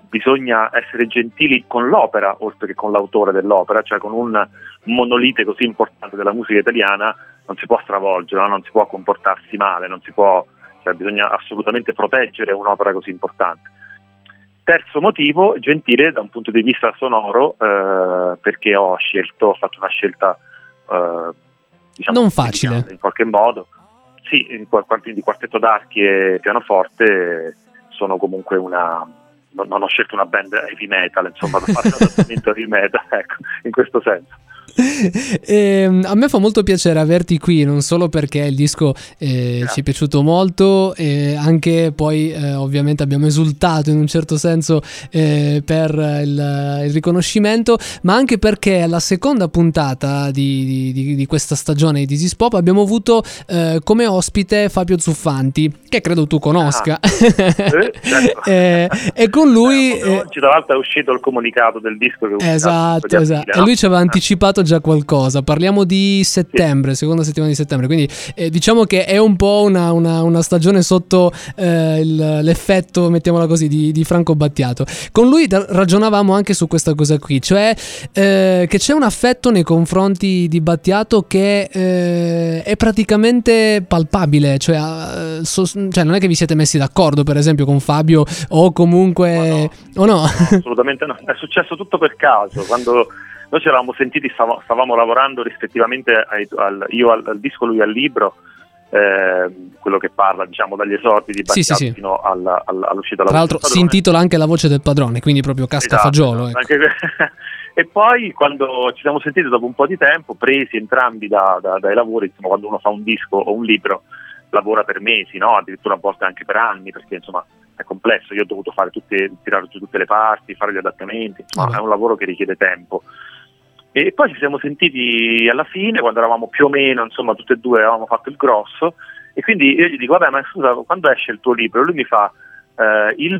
bisogna essere gentili con l'opera oltre che con l'autore dell'opera, cioè con un monolite così importante della musica italiana non si può stravolgere, no? Non si può comportarsi male, non si può, cioè bisogna assolutamente proteggere un'opera così importante. Terzo motivo, gentile da un punto di vista sonoro, perché ho fatto una scelta diciamo non facile in qualche modo. Sì, di quartetto d'archi e pianoforte sono comunque non ho scelto una band heavy metal, insomma, per fare un adattamento heavy metal, ecco, in questo senso. A me fa molto piacere averti qui, non solo perché il disco ci è piaciuto molto, anche poi ovviamente abbiamo esultato in un certo senso per il riconoscimento, ma anche perché alla seconda puntata di questa stagione di This Is Pop abbiamo avuto come ospite Fabio Zuffanti, che credo tu conosca. Certo. E con lui oggi tra l'altro è uscito il comunicato del disco che esatto, aprile, e lui ci aveva anticipato già qualcosa. Parliamo di settembre, seconda settimana di settembre, quindi diciamo che è un po' una stagione sotto l'effetto, mettiamola così, di Franco Battiato. Con lui ragionavamo anche su questa cosa qui, cioè che c'è un affetto nei confronti di Battiato che è praticamente palpabile, cioè non è che vi siete messi d'accordo per esempio con Fabio o comunque no, assolutamente no, è successo tutto per caso. Quando noi ci eravamo sentiti, stavamo lavorando rispettivamente io al disco, lui al libro, quello che parla, diciamo, dagli esordi di Battiato sì. Fino all'uscita. Tra l'altro si intitola anche La voce del padrone, quindi proprio cascafagiolo. Esatto, ecco. E poi quando ci siamo sentiti dopo un po' di tempo, presi entrambi dai lavori, insomma, quando uno fa un disco o un libro lavora per mesi, no? Addirittura a volte anche per anni, perché insomma è complesso. Io ho dovuto tirare giù tutte le parti, fare gli adattamenti, insomma, è un lavoro che richiede tempo. E poi ci siamo sentiti alla fine, quando eravamo più o meno, insomma, tutte e due avevamo fatto il grosso, e quindi io gli dico, vabbè, ma scusa, quando esce il tuo libro? E lui mi fa, il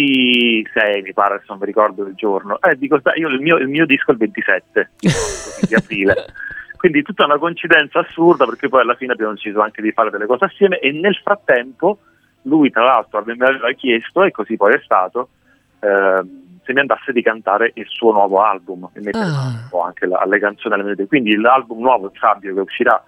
26, mi pare, adesso non mi ricordo il giorno. Dico, io il mio disco è il 27 di aprile. Quindi tutta una coincidenza assurda, perché poi alla fine abbiamo deciso anche di fare delle cose assieme, e nel frattempo lui tra l'altro mi aveva chiesto, e così poi è stato, se mi andasse di cantare il suo nuovo album e mettere un po' anche alle canzoni, alle melodie. Quindi l'album nuovo di Fabio, che uscirà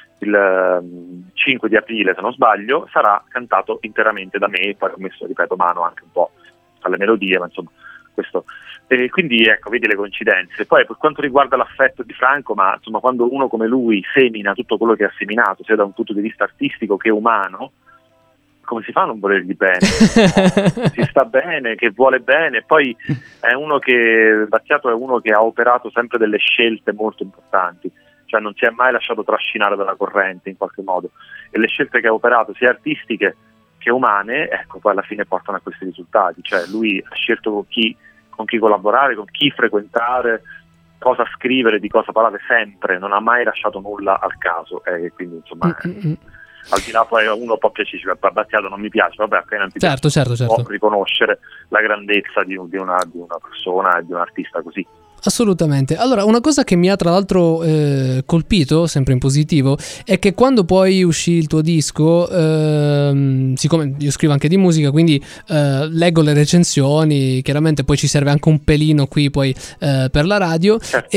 il 5 di aprile se non sbaglio, sarà cantato interamente da me, poi ho messo, ripeto, mano anche un po' alle melodie, ma insomma questo. E quindi ecco, vedi le coincidenze. Poi per quanto riguarda l'affetto di Franco, ma insomma, quando uno come lui semina tutto quello che ha seminato, sia da un punto di vista artistico che umano, come si fa a non volergli bene? Si sta bene, che vuole bene. Poi Battiato è uno che ha operato sempre delle scelte molto importanti, cioè non si è mai lasciato trascinare dalla corrente in qualche modo, e le scelte che ha operato sia artistiche che umane, ecco, poi alla fine portano a questi risultati. Cioè lui ha scelto con chi collaborare, con chi frequentare, cosa scrivere, di cosa parlare sempre, non ha mai lasciato nulla al caso, e quindi insomma al di là poi uno può piacerci, Battiato non mi piace, vabbè, appena non ti piace, può riconoscere la grandezza di una persona e di un artista così. Assolutamente. Allora, una cosa che mi ha tra l'altro colpito, sempre in positivo, è che quando poi uscì il tuo disco, siccome io scrivo anche di musica, quindi leggo le recensioni, chiaramente poi ci serve anche un pelino qui poi per la radio,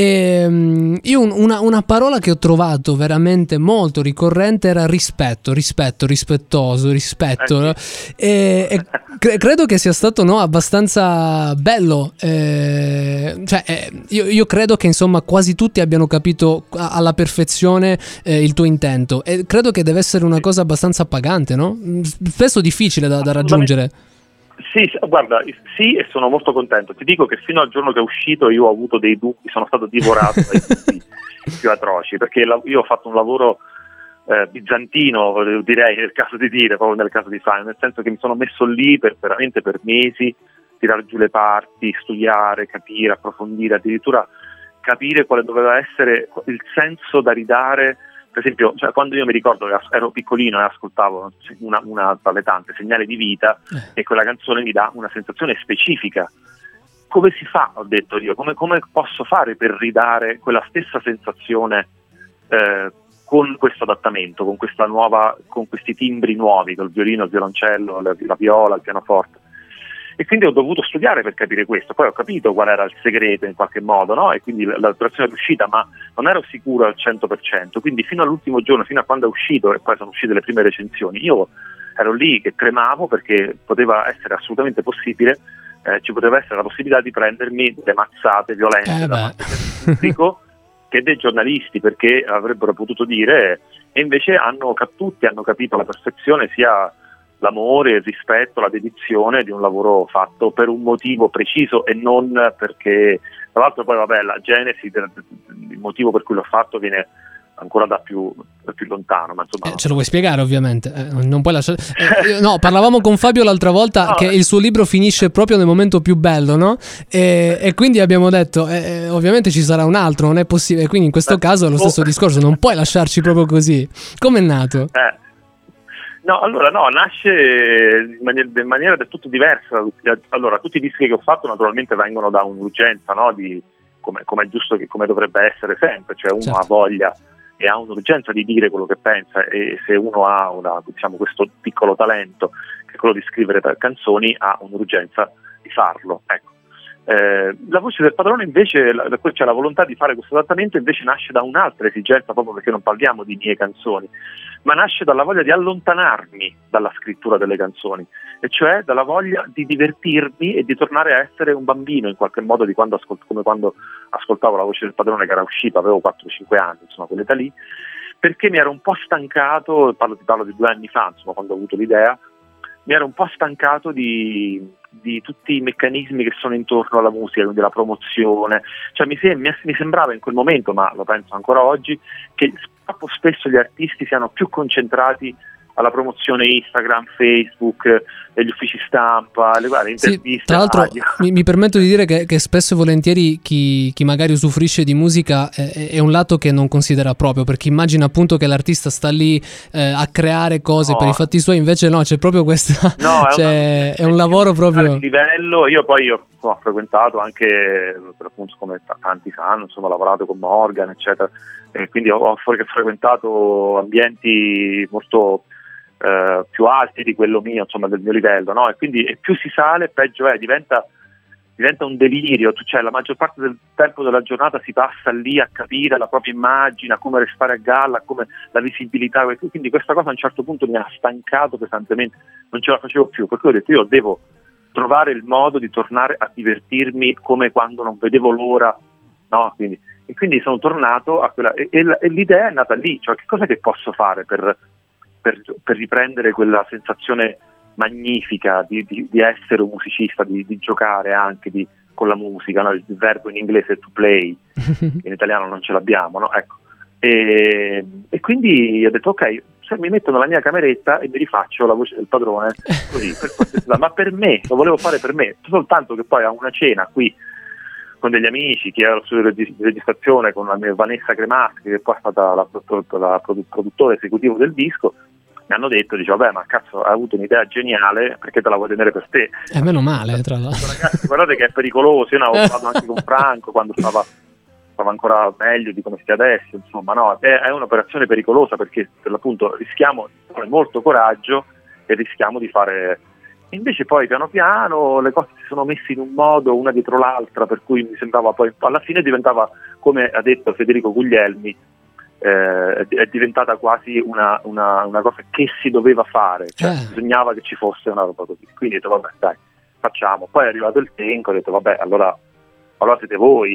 e io una parola che ho trovato veramente molto ricorrente era rispetto, rispettoso, no? E credo che sia stato abbastanza bello, io credo che insomma quasi tutti abbiano capito alla perfezione il tuo intento, e credo che deve essere una cosa abbastanza appagante, no? Spesso difficile da raggiungere. Sì, guarda, sì, e sono molto contento. Ti dico che fino al giorno che è uscito io ho avuto dei dubbi, sono stato divorato dai dubbi più atroci, perché io ho fatto un lavoro bizantino, direi, nel caso di dire, proprio nel caso di fare, nel senso che mi sono messo lì veramente per mesi, tirare giù le parti, studiare, capire, approfondire, addirittura capire quale doveva essere il senso da ridare. Per esempio, cioè, quando io mi ricordo che ero piccolino e ascoltavo una tra le tante, Segnale di vita, e quella canzone mi dà una sensazione specifica. Come si fa, ho detto io, come posso fare per ridare quella stessa sensazione con questo adattamento, con questi timbri nuovi, col violino, il violoncello, la viola, il pianoforte. E quindi ho dovuto studiare per capire questo, poi ho capito qual era il segreto in qualche modo, no? E quindi l'operazione è uscita, ma non ero sicuro al 100%, quindi fino all'ultimo giorno, fino a quando è uscito e poi sono uscite le prime recensioni, io ero lì che tremavo perché poteva essere assolutamente possibile, ci poteva essere la possibilità di prendermi delle mazzate violente da parte del pubblico che dei giornalisti, perché avrebbero potuto dire, e invece tutti hanno capito alla perfezione sia l'amore, il rispetto, la dedizione di un lavoro fatto per un motivo preciso e non perché, tra l'altro poi vabbè, la genesi il motivo per cui l'ho fatto viene ancora da più lontano, ma insomma ce lo vuoi spiegare ovviamente, non puoi lasciare no, parlavamo con Fabio l'altra volta che il suo libro finisce proprio nel momento più bello, no? E quindi abbiamo detto ovviamente ci sarà un altro, non è possibile, quindi in questo caso è lo stesso discorso, non puoi lasciarci proprio così. Com'è nato? No, allora no, nasce in maniera del tutto diversa. Allora, tutti i dischi che ho fatto naturalmente vengono da un'urgenza, no? Di come è giusto, come dovrebbe essere sempre, cioè uno ha voglia e ha un'urgenza di dire quello che pensa, e se uno ha questo piccolo talento che è quello di scrivere canzoni, ha un'urgenza di farlo, ecco. La voce del padrone invece, cioè la volontà di fare questo adattamento invece nasce da un'altra esigenza, proprio perché non parliamo di mie canzoni, ma nasce dalla voglia di allontanarmi dalla scrittura delle canzoni, e cioè dalla voglia di divertirmi e di tornare a essere un bambino in qualche modo, di quando come quando ascoltavo la voce del padrone che era uscita, avevo 4-5 anni, insomma quell'età lì, perché mi ero un po' stancato, parlo di 2 anni fa, insomma, quando ho avuto l'idea, mi ero un po' stancato di tutti i meccanismi che sono intorno alla musica, quindi la promozione, cioè mi sembrava in quel momento, ma lo penso ancora oggi, che troppo spesso gli artisti siano più concentrati alla promozione Instagram, Facebook, gli uffici stampa, le varie interviste. Sì, tra l'altro mi permetto di dire che spesso e volentieri chi magari usufruisce di musica è un lato che non considera proprio, perché immagina appunto che l'artista sta lì a creare cose per i fatti suoi, invece no, c'è proprio questa è un lavoro proprio di livello. Io ho frequentato anche, appunto, come tanti sanno, insomma, ho lavorato con Morgan, eccetera, e quindi ho frequentato ambienti molto più alti di quello mio, insomma, del mio livello, no? E quindi più si sale, peggio è, diventa un delirio, cioè la maggior parte del tempo della giornata si passa lì a capire la propria immagine, a come restare a galla, come la visibilità, quindi questa cosa a un certo punto mi ha stancato pesantemente, non ce la facevo più, per cui ho detto io devo trovare il modo di tornare a divertirmi come quando non vedevo l'ora, no? Quindi sono tornato a quella, e l'idea è nata lì, cioè che cosa che posso fare per riprendere quella sensazione magnifica di essere un musicista, di giocare anche con la musica, no? Il verbo in inglese to play, in italiano non ce l'abbiamo, no? Ecco. E quindi ho detto ok, se mi metto nella mia cameretta e mi rifaccio la voce del padrone così, ma per me, lo volevo fare per me, soltanto che poi a una cena qui con degli amici, chi era lo studio di registrazione con la mia Vanessa Cremaschi, che poi è stata la produttore esecutivo del disco, mi hanno detto, dice, vabbè, ma cazzo, hai avuto un'idea geniale, perché te la vuoi tenere per te? Meno male, tra l'altro. Ragazzi, guardate che è pericoloso, io ne avevo parlato anche con Franco quando stava ancora meglio di come stia adesso, insomma, no, è un'operazione pericolosa, perché per l'appunto rischiamo di fare molto coraggio e rischiamo di fare. Invece poi piano piano le cose si sono messe in un modo una dietro l'altra, per cui mi sembrava poi alla fine diventava, come ha detto Federico Guglielmi, è diventata quasi una cosa che si doveva fare, cioè bisognava che ci fosse una roba così, quindi ho detto vabbè dai, facciamo. Poi è arrivato il tempo, ho detto vabbè, allora siete voi.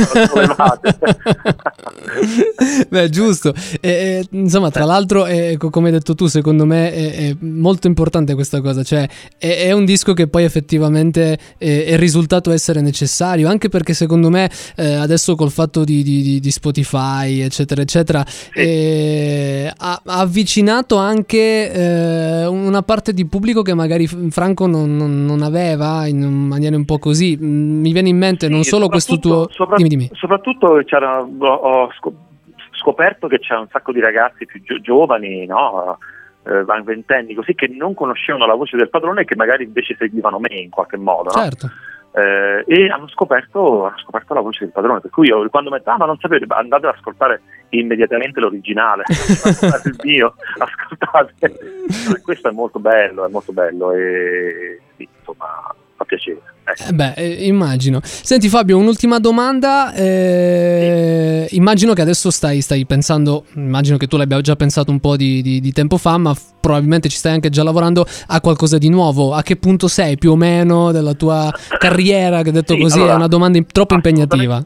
Beh, giusto. Insomma, tra l'altro, come hai detto tu, secondo me è molto importante questa cosa, cioè è un disco che poi effettivamente è risultato essere necessario, anche perché secondo me adesso col fatto di Spotify eccetera eccetera ha avvicinato anche una parte di pubblico che magari Franco non aveva, in maniera un po' così. Mi viene in mente non solo questo tuo dimmi. Soprattutto ho scoperto che c'è un sacco di ragazzi più giovani, no? Ventenni così, che non conoscevano la voce del padrone e che magari invece seguivano me in qualche modo, no? Certo. E hanno scoperto la voce del padrone, per cui io quando mi ma non sapete, andate ad ascoltare immediatamente l'originale, il mio, ascoltate. Questo è molto bello e sì, insomma, fa piacere. Immagino. Senti Fabio, un'ultima domanda. Immagino che adesso stai pensando, immagino che tu l'abbia già pensato un po' di tempo fa, ma probabilmente ci stai anche già lavorando a qualcosa di nuovo. A che punto sei più o meno della tua carriera, che detto così allora, è una domanda troppo impegnativa?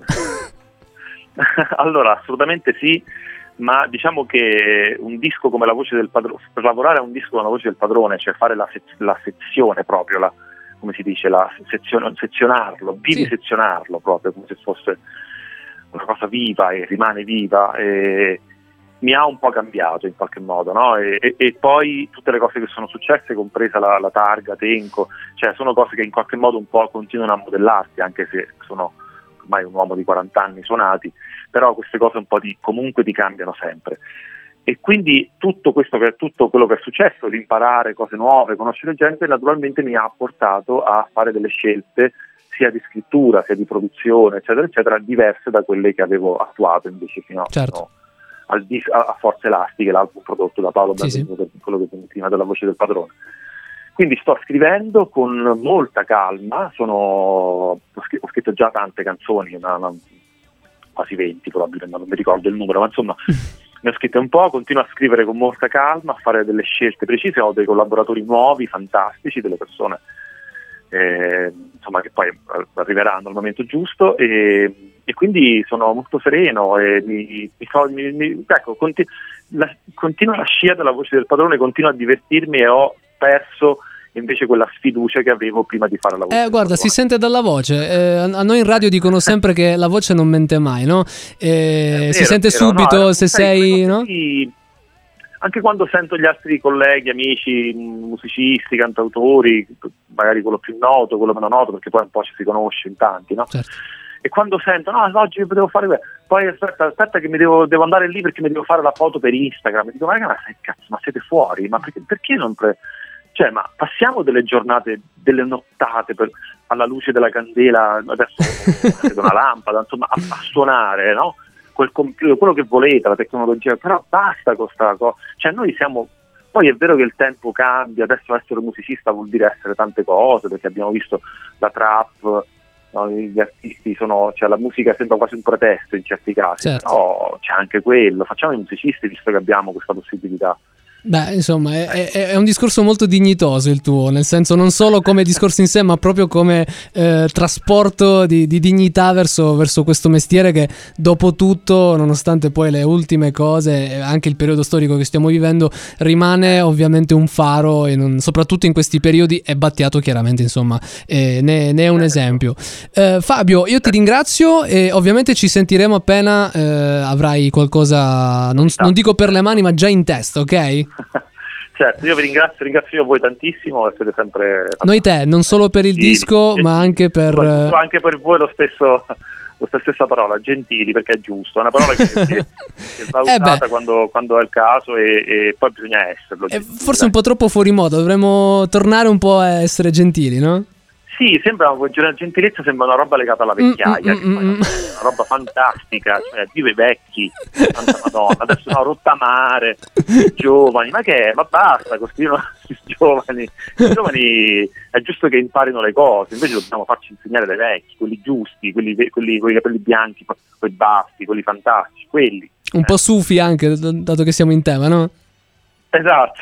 Allora, assolutamente sì, ma diciamo che un disco come La Voce del Padrone, per lavorare a un disco come La Voce del Padrone, cioè fare la sezione proprio, come si dice, sezionarlo, vivisezionarlo proprio, come se fosse una cosa viva e rimane viva, mi ha un po' cambiato in qualche modo, no? E poi tutte le cose che sono successe, compresa la targa, Tenco, cioè sono cose che in qualche modo un po' continuano a modellarsi, anche se sono ormai un uomo di 40 anni suonati, però queste cose un po' comunque ti cambiano sempre. E quindi tutto quello che è successo, l'imparare cose nuove, conoscere gente, naturalmente mi ha portato a fare delle scelte sia di scrittura, sia di produzione, eccetera, eccetera, diverse da quelle che avevo attuato invece fino a Forze Elastiche, l'album prodotto da Paolo Baldini, quello che prima della Voce del Padrone. Quindi sto scrivendo con molta calma, ho scritto già tante canzoni, quasi 20 probabilmente, non mi ricordo il numero, ma insomma ne ho scritte un po', continuo a scrivere con molta calma, a fare delle scelte precise, ho dei collaboratori nuovi, fantastici, delle persone insomma che poi arriveranno al momento giusto, e quindi sono molto sereno e continua la scia della Voce del Padrone, continua a divertirmi e ho perso invece quella sfiducia che avevo prima di fare la voce. Guarda, si sente dalla voce. A noi in radio dicono sempre che la voce non mente mai, no? Si sente subito se sei, no? Anche quando sento gli altri colleghi, amici, musicisti, cantautori, magari quello più noto, quello meno noto, perché poi un po' ci si conosce in tanti, no? Certo. E quando sento, oggi devo fare questo, poi aspetta che mi devo andare lì perché mi devo fare la foto per Instagram, e dico, ma siete fuori? Ma perché non cioè, ma passiamo delle giornate, delle nottate alla luce della candela, adesso una lampada, insomma, a suonare, no? Quel computer, quello che volete, la tecnologia, però basta con sta cosa. Cioè noi siamo, poi è vero che il tempo cambia, adesso essere musicista vuol dire essere tante cose, perché abbiamo visto la trap, no? Gli artisti cioè la musica sembra quasi un pretesto in certi casi, però c'è anche quello, facciamo i musicisti visto che abbiamo questa possibilità. Beh, insomma, è un discorso molto dignitoso il tuo, nel senso non solo come discorso in sé, ma proprio come trasporto di dignità verso questo mestiere che dopo tutto, nonostante poi le ultime cose, anche il periodo storico che stiamo vivendo, rimane ovviamente un faro, e soprattutto in questi periodi è Battiato chiaramente, insomma, ne è un esempio. Fabio, io ti ringrazio e ovviamente ci sentiremo appena avrai qualcosa, non dico per le mani, ma già in testa, ok? Certo, io vi ringrazio voi tantissimo, siete sempre noi te, non solo per il disco, ma anche per voi la stessa parola, gentili, perché è giusto, è una parola che va usata quando è il caso, e poi bisogna esserlo. Forse un po' troppo fuori moda, dovremmo tornare un po' a essere gentili, no? Sì, la gentilezza sembra una roba legata alla vecchiaia, che poi è una roba fantastica, cioè vive vecchi, santa Madonna, adesso rottamare, giovani, ma basta, costruire giovani è giusto che imparino le cose, invece dobbiamo farci insegnare dai vecchi, quelli giusti, quelli con i capelli bianchi, con i baffi, quelli fantastici, quelli. Un po' sufi anche, dato che siamo in tema, no? Esatto.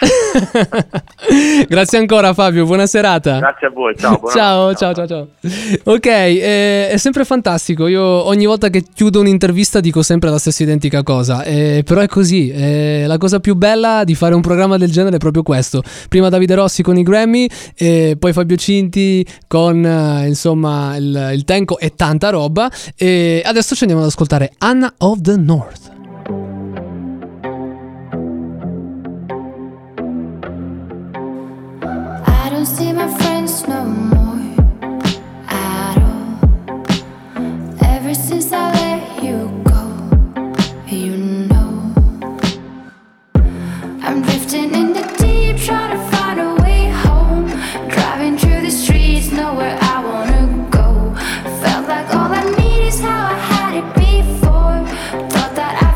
Grazie ancora Fabio, buona serata. Grazie a voi, ciao. Ciao. Ok, è sempre fantastico. Io ogni volta che chiudo un'intervista dico sempre la stessa identica cosa, però è così. La cosa più bella di fare un programma del genere è proprio questo. Prima Davide Rossi con i Grammy, e poi Fabio Cinti con insomma il Tenco e tanta roba, e adesso ci andiamo ad ascoltare Anna of the North. I don't see my friends no more at all. Ever since I let you go, you know I'm drifting in the deep, trying to find a way home. Driving through the streets, nowhere I wanna go. Felt like all I need is how I had it before. Thought that I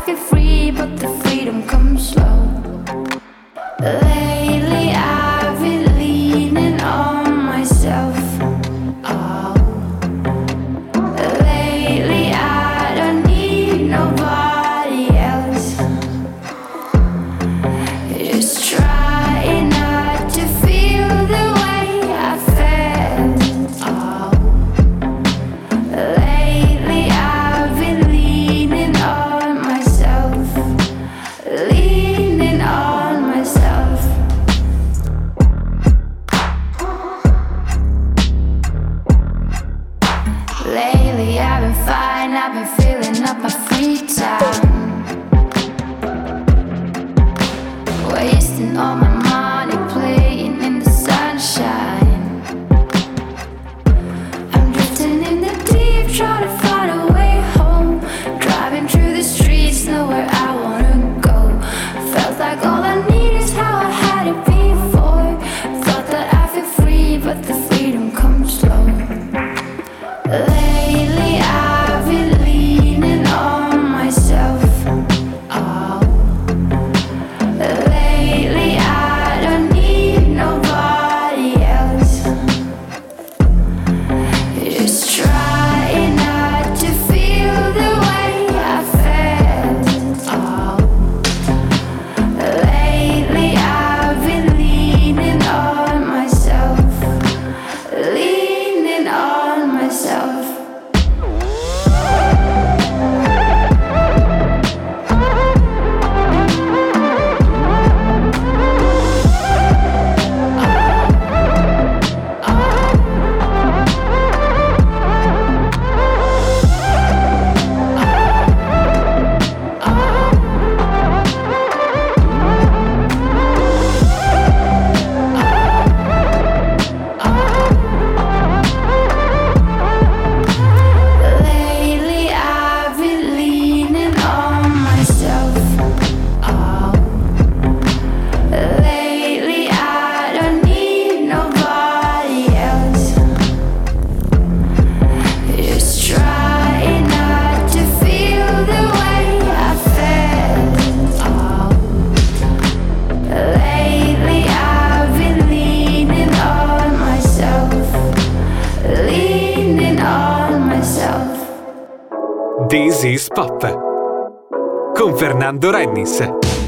lately I've been fine, I've been filling up my free time, wasting all my money playing in the sunshine. I'm drifting in the deep, trying to find a way home, driving through the streets, nowhere I wanna go. Felt like all I need is how I had it before. Thought that I feel free, but the freedom comes slow. Lately I've been leaning on myself. Oh. Lately I don't need nobody else. Just trying not to feel the way I felt. Oh. Lately I've been leaning on myself. Leaning on myself. Lately I've been leaning on myself. Oh. Lately I don't need nobody else. Just trying not to feel the way I felt. Oh. Lately I've been leaning on myself. Leaning on myself. This is Pop con Fernando Rennis.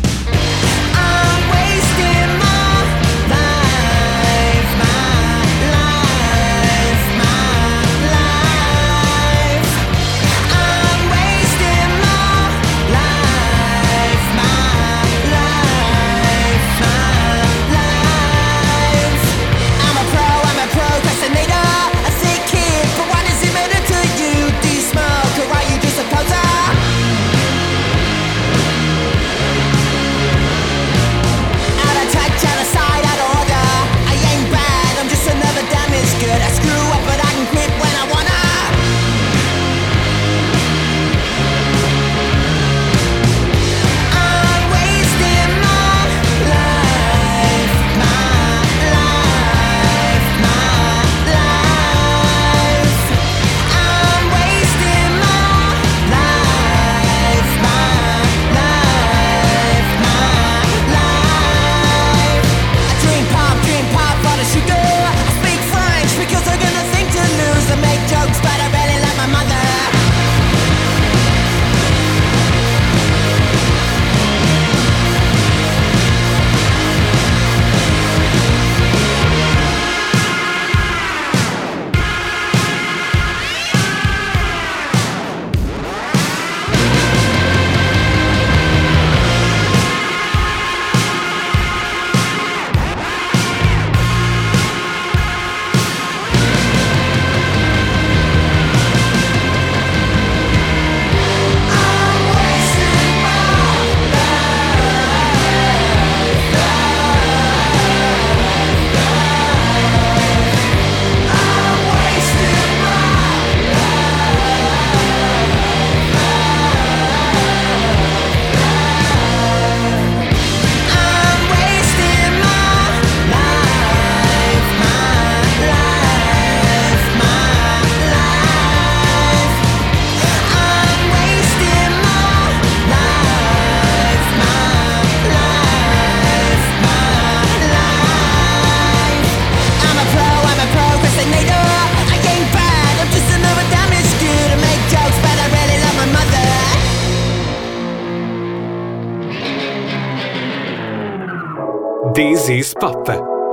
This is Pop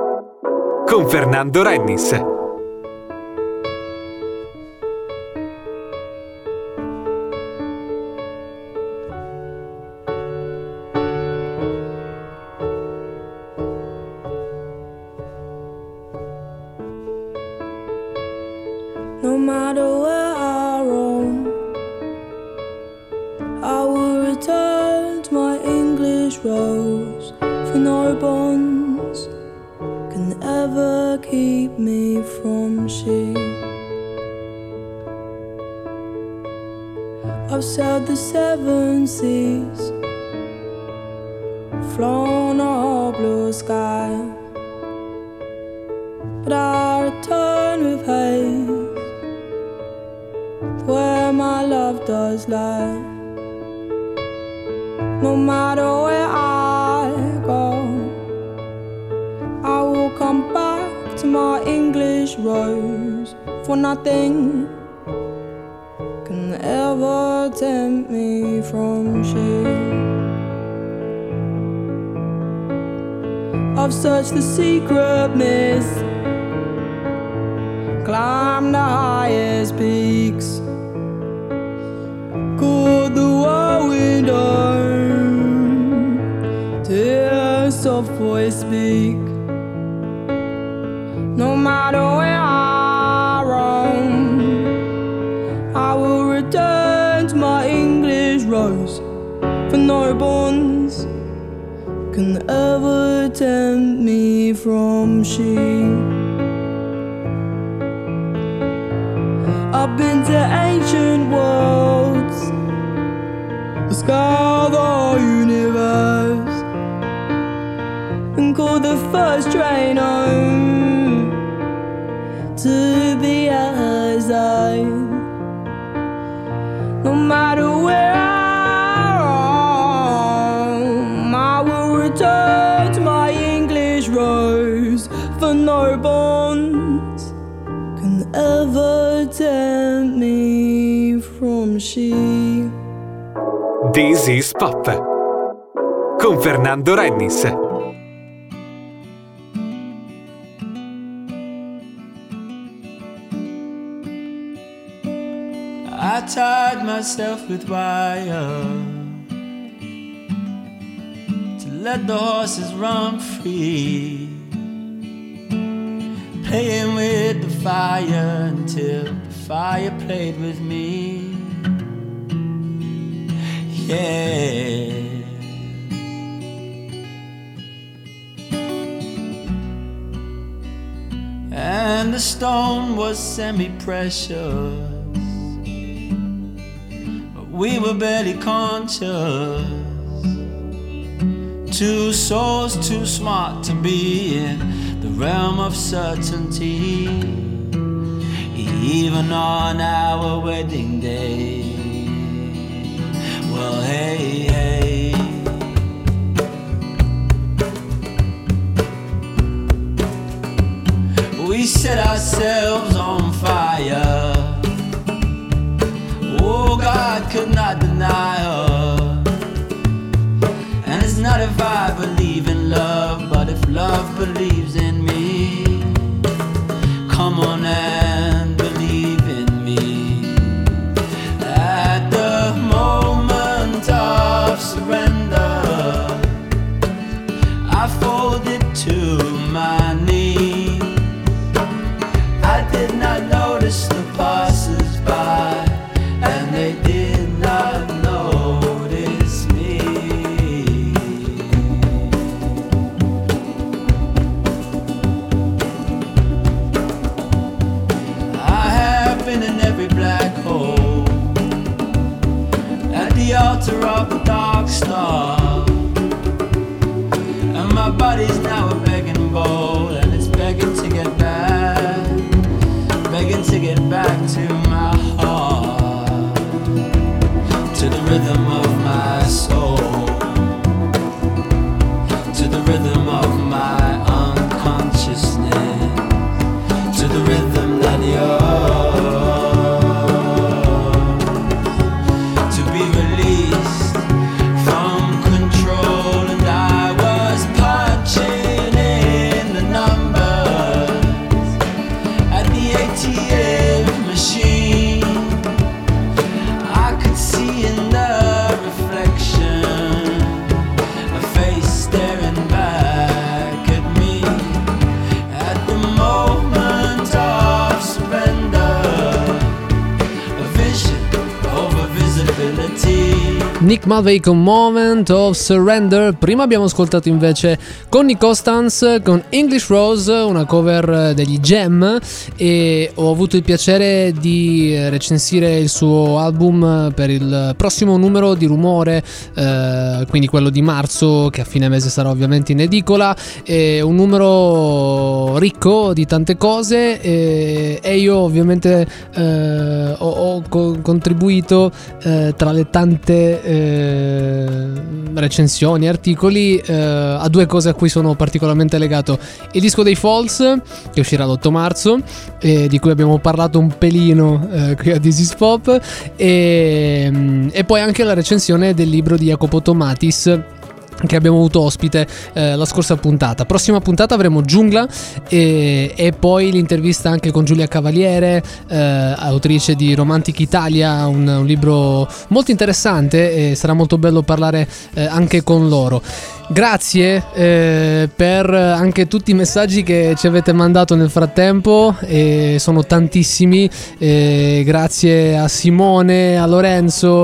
con Fernando Rennis. No matter where I keep me from she. I've sailed the 7 seas, flown a blue sky, but I return with haze where my love does lie. No matter where I go, I will come back to my English rose, for nothing can ever tempt me from she. I've searched the secret mist, climbed the highest peaks, called the whirlwind home, to hear a soft voice speak. No matter where I roam, I will return to my English rose, for no bonds can ever tempt me from she. I've been to ancient worlds, scoured the universe, and called the first train home to be at her side. No matter where I roam, I will return to my English rose, for no bonds can ever tempt me from she. This is Pop con Fernando Rennis. I tied myself with wire to let the horses run free, playing with the fire until the fire played with me. Yeah. And the stone was semi-precious, we were barely conscious. Two souls too smart to be in the realm of certainty, even on our wedding day. Well, hey, hey. We set ourselves on fire. Oh, God could not deny her. And it's not if I believe in love, but if love believes in me. Come on and believe in me. At the moment of surrender, I folded to my knees. I did not notice the passers-by, and they did not notice me. I have been in every black hole, at the altar of the dark star, and my body's now a begging bowl, and it's begging to get back, begging to get back to my heart, to the rhythm of my soul, to the rhythm of my unconsciousness, to the rhythm that yours, to be released from control. And I was punching in the numbers at the ATM machine. I could see in the reflection a face staring back at me. At the moment of surrender, a vision over visibility. Nick Mulvey con Moment of Surrender. Prima abbiamo ascoltato invece Connie Constance con English Rose, una cover degli Jam, e ho avuto il piacere di recensire il suo album per il prossimo numero di Rumore, quindi quello di marzo, che a fine mese sarà ovviamente in edicola. È un numero ricco di tante cose, e io ovviamente ho contribuito tra le tante recensioni, articoli, a due cose a cui sono particolarmente legato: il disco dei Falls, che uscirà l'8 marzo, di cui abbiamo parlato un pelino qui a This Is Pop, e poi anche la recensione del libro di Jacopo Tomatis, che abbiamo avuto ospite la scorsa puntata. Prossima puntata avremo Giungla e poi l'intervista anche con Giulia Cavaliere, autrice di Romantic Italia, un libro molto interessante, e sarà molto bello parlare anche con loro. Grazie per anche tutti i messaggi che ci avete mandato nel frattempo, sono tantissimi. Grazie a Simone, a Lorenzo,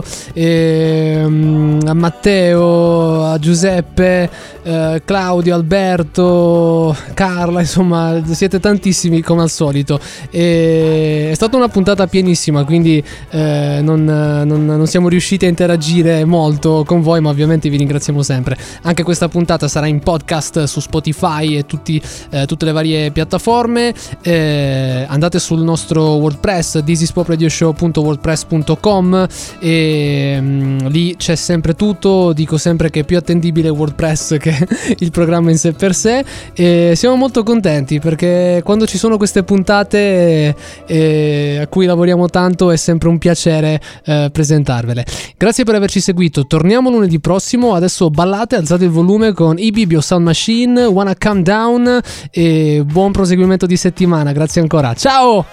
a Matteo, a Giuseppe, Claudio, Alberto, Carla, insomma siete tantissimi come al solito. È stata una puntata pienissima, quindi non siamo riusciti a interagire molto con voi, ma ovviamente vi ringraziamo sempre. Anche questa puntata sarà in podcast su Spotify e tutte le varie piattaforme. Andate sul nostro WordPress, thisispopradioshow.wordpress.com, e lì c'è sempre tutto. Dico sempre che è più attendibile WordPress che il programma in sé per sé, e siamo molto contenti perché quando ci sono queste puntate a cui lavoriamo tanto è sempre un piacere presentarvele. Grazie per averci seguito, torniamo lunedì prossimo. Adesso ballate, alzate il volume con Ibibio Sound Machine, Wanna Come Down, e buon proseguimento di settimana. Grazie ancora, ciao!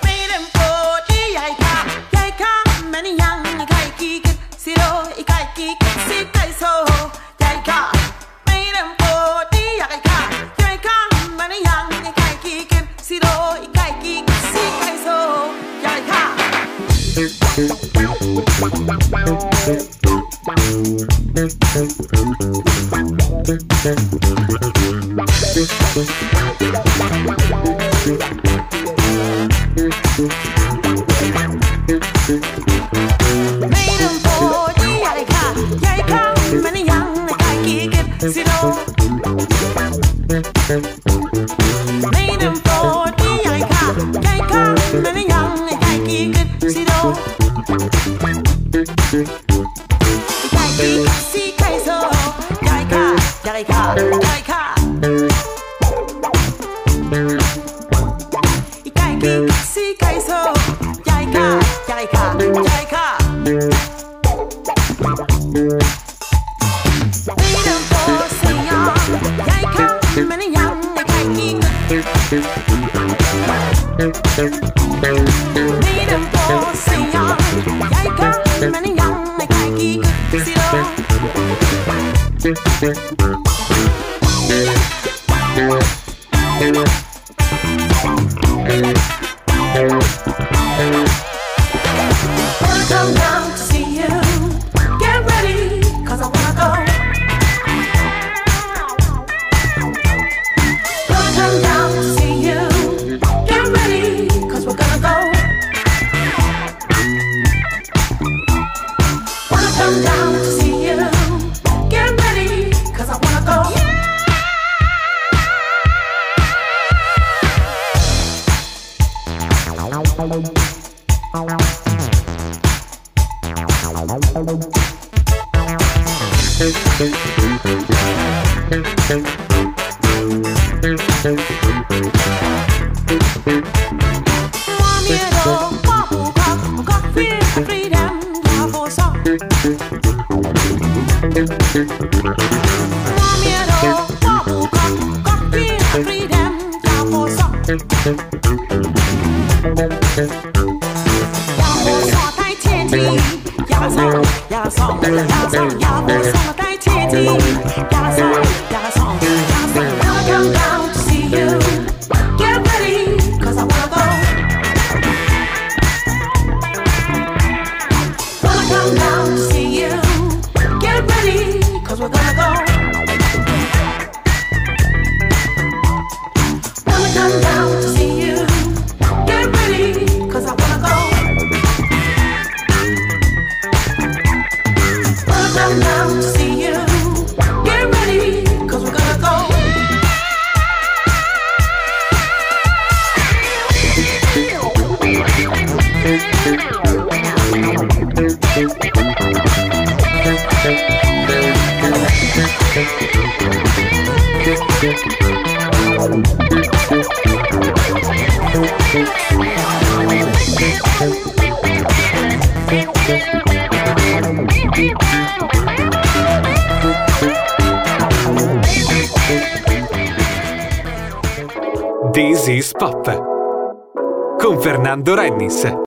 This is Pop con Fernando Rennis.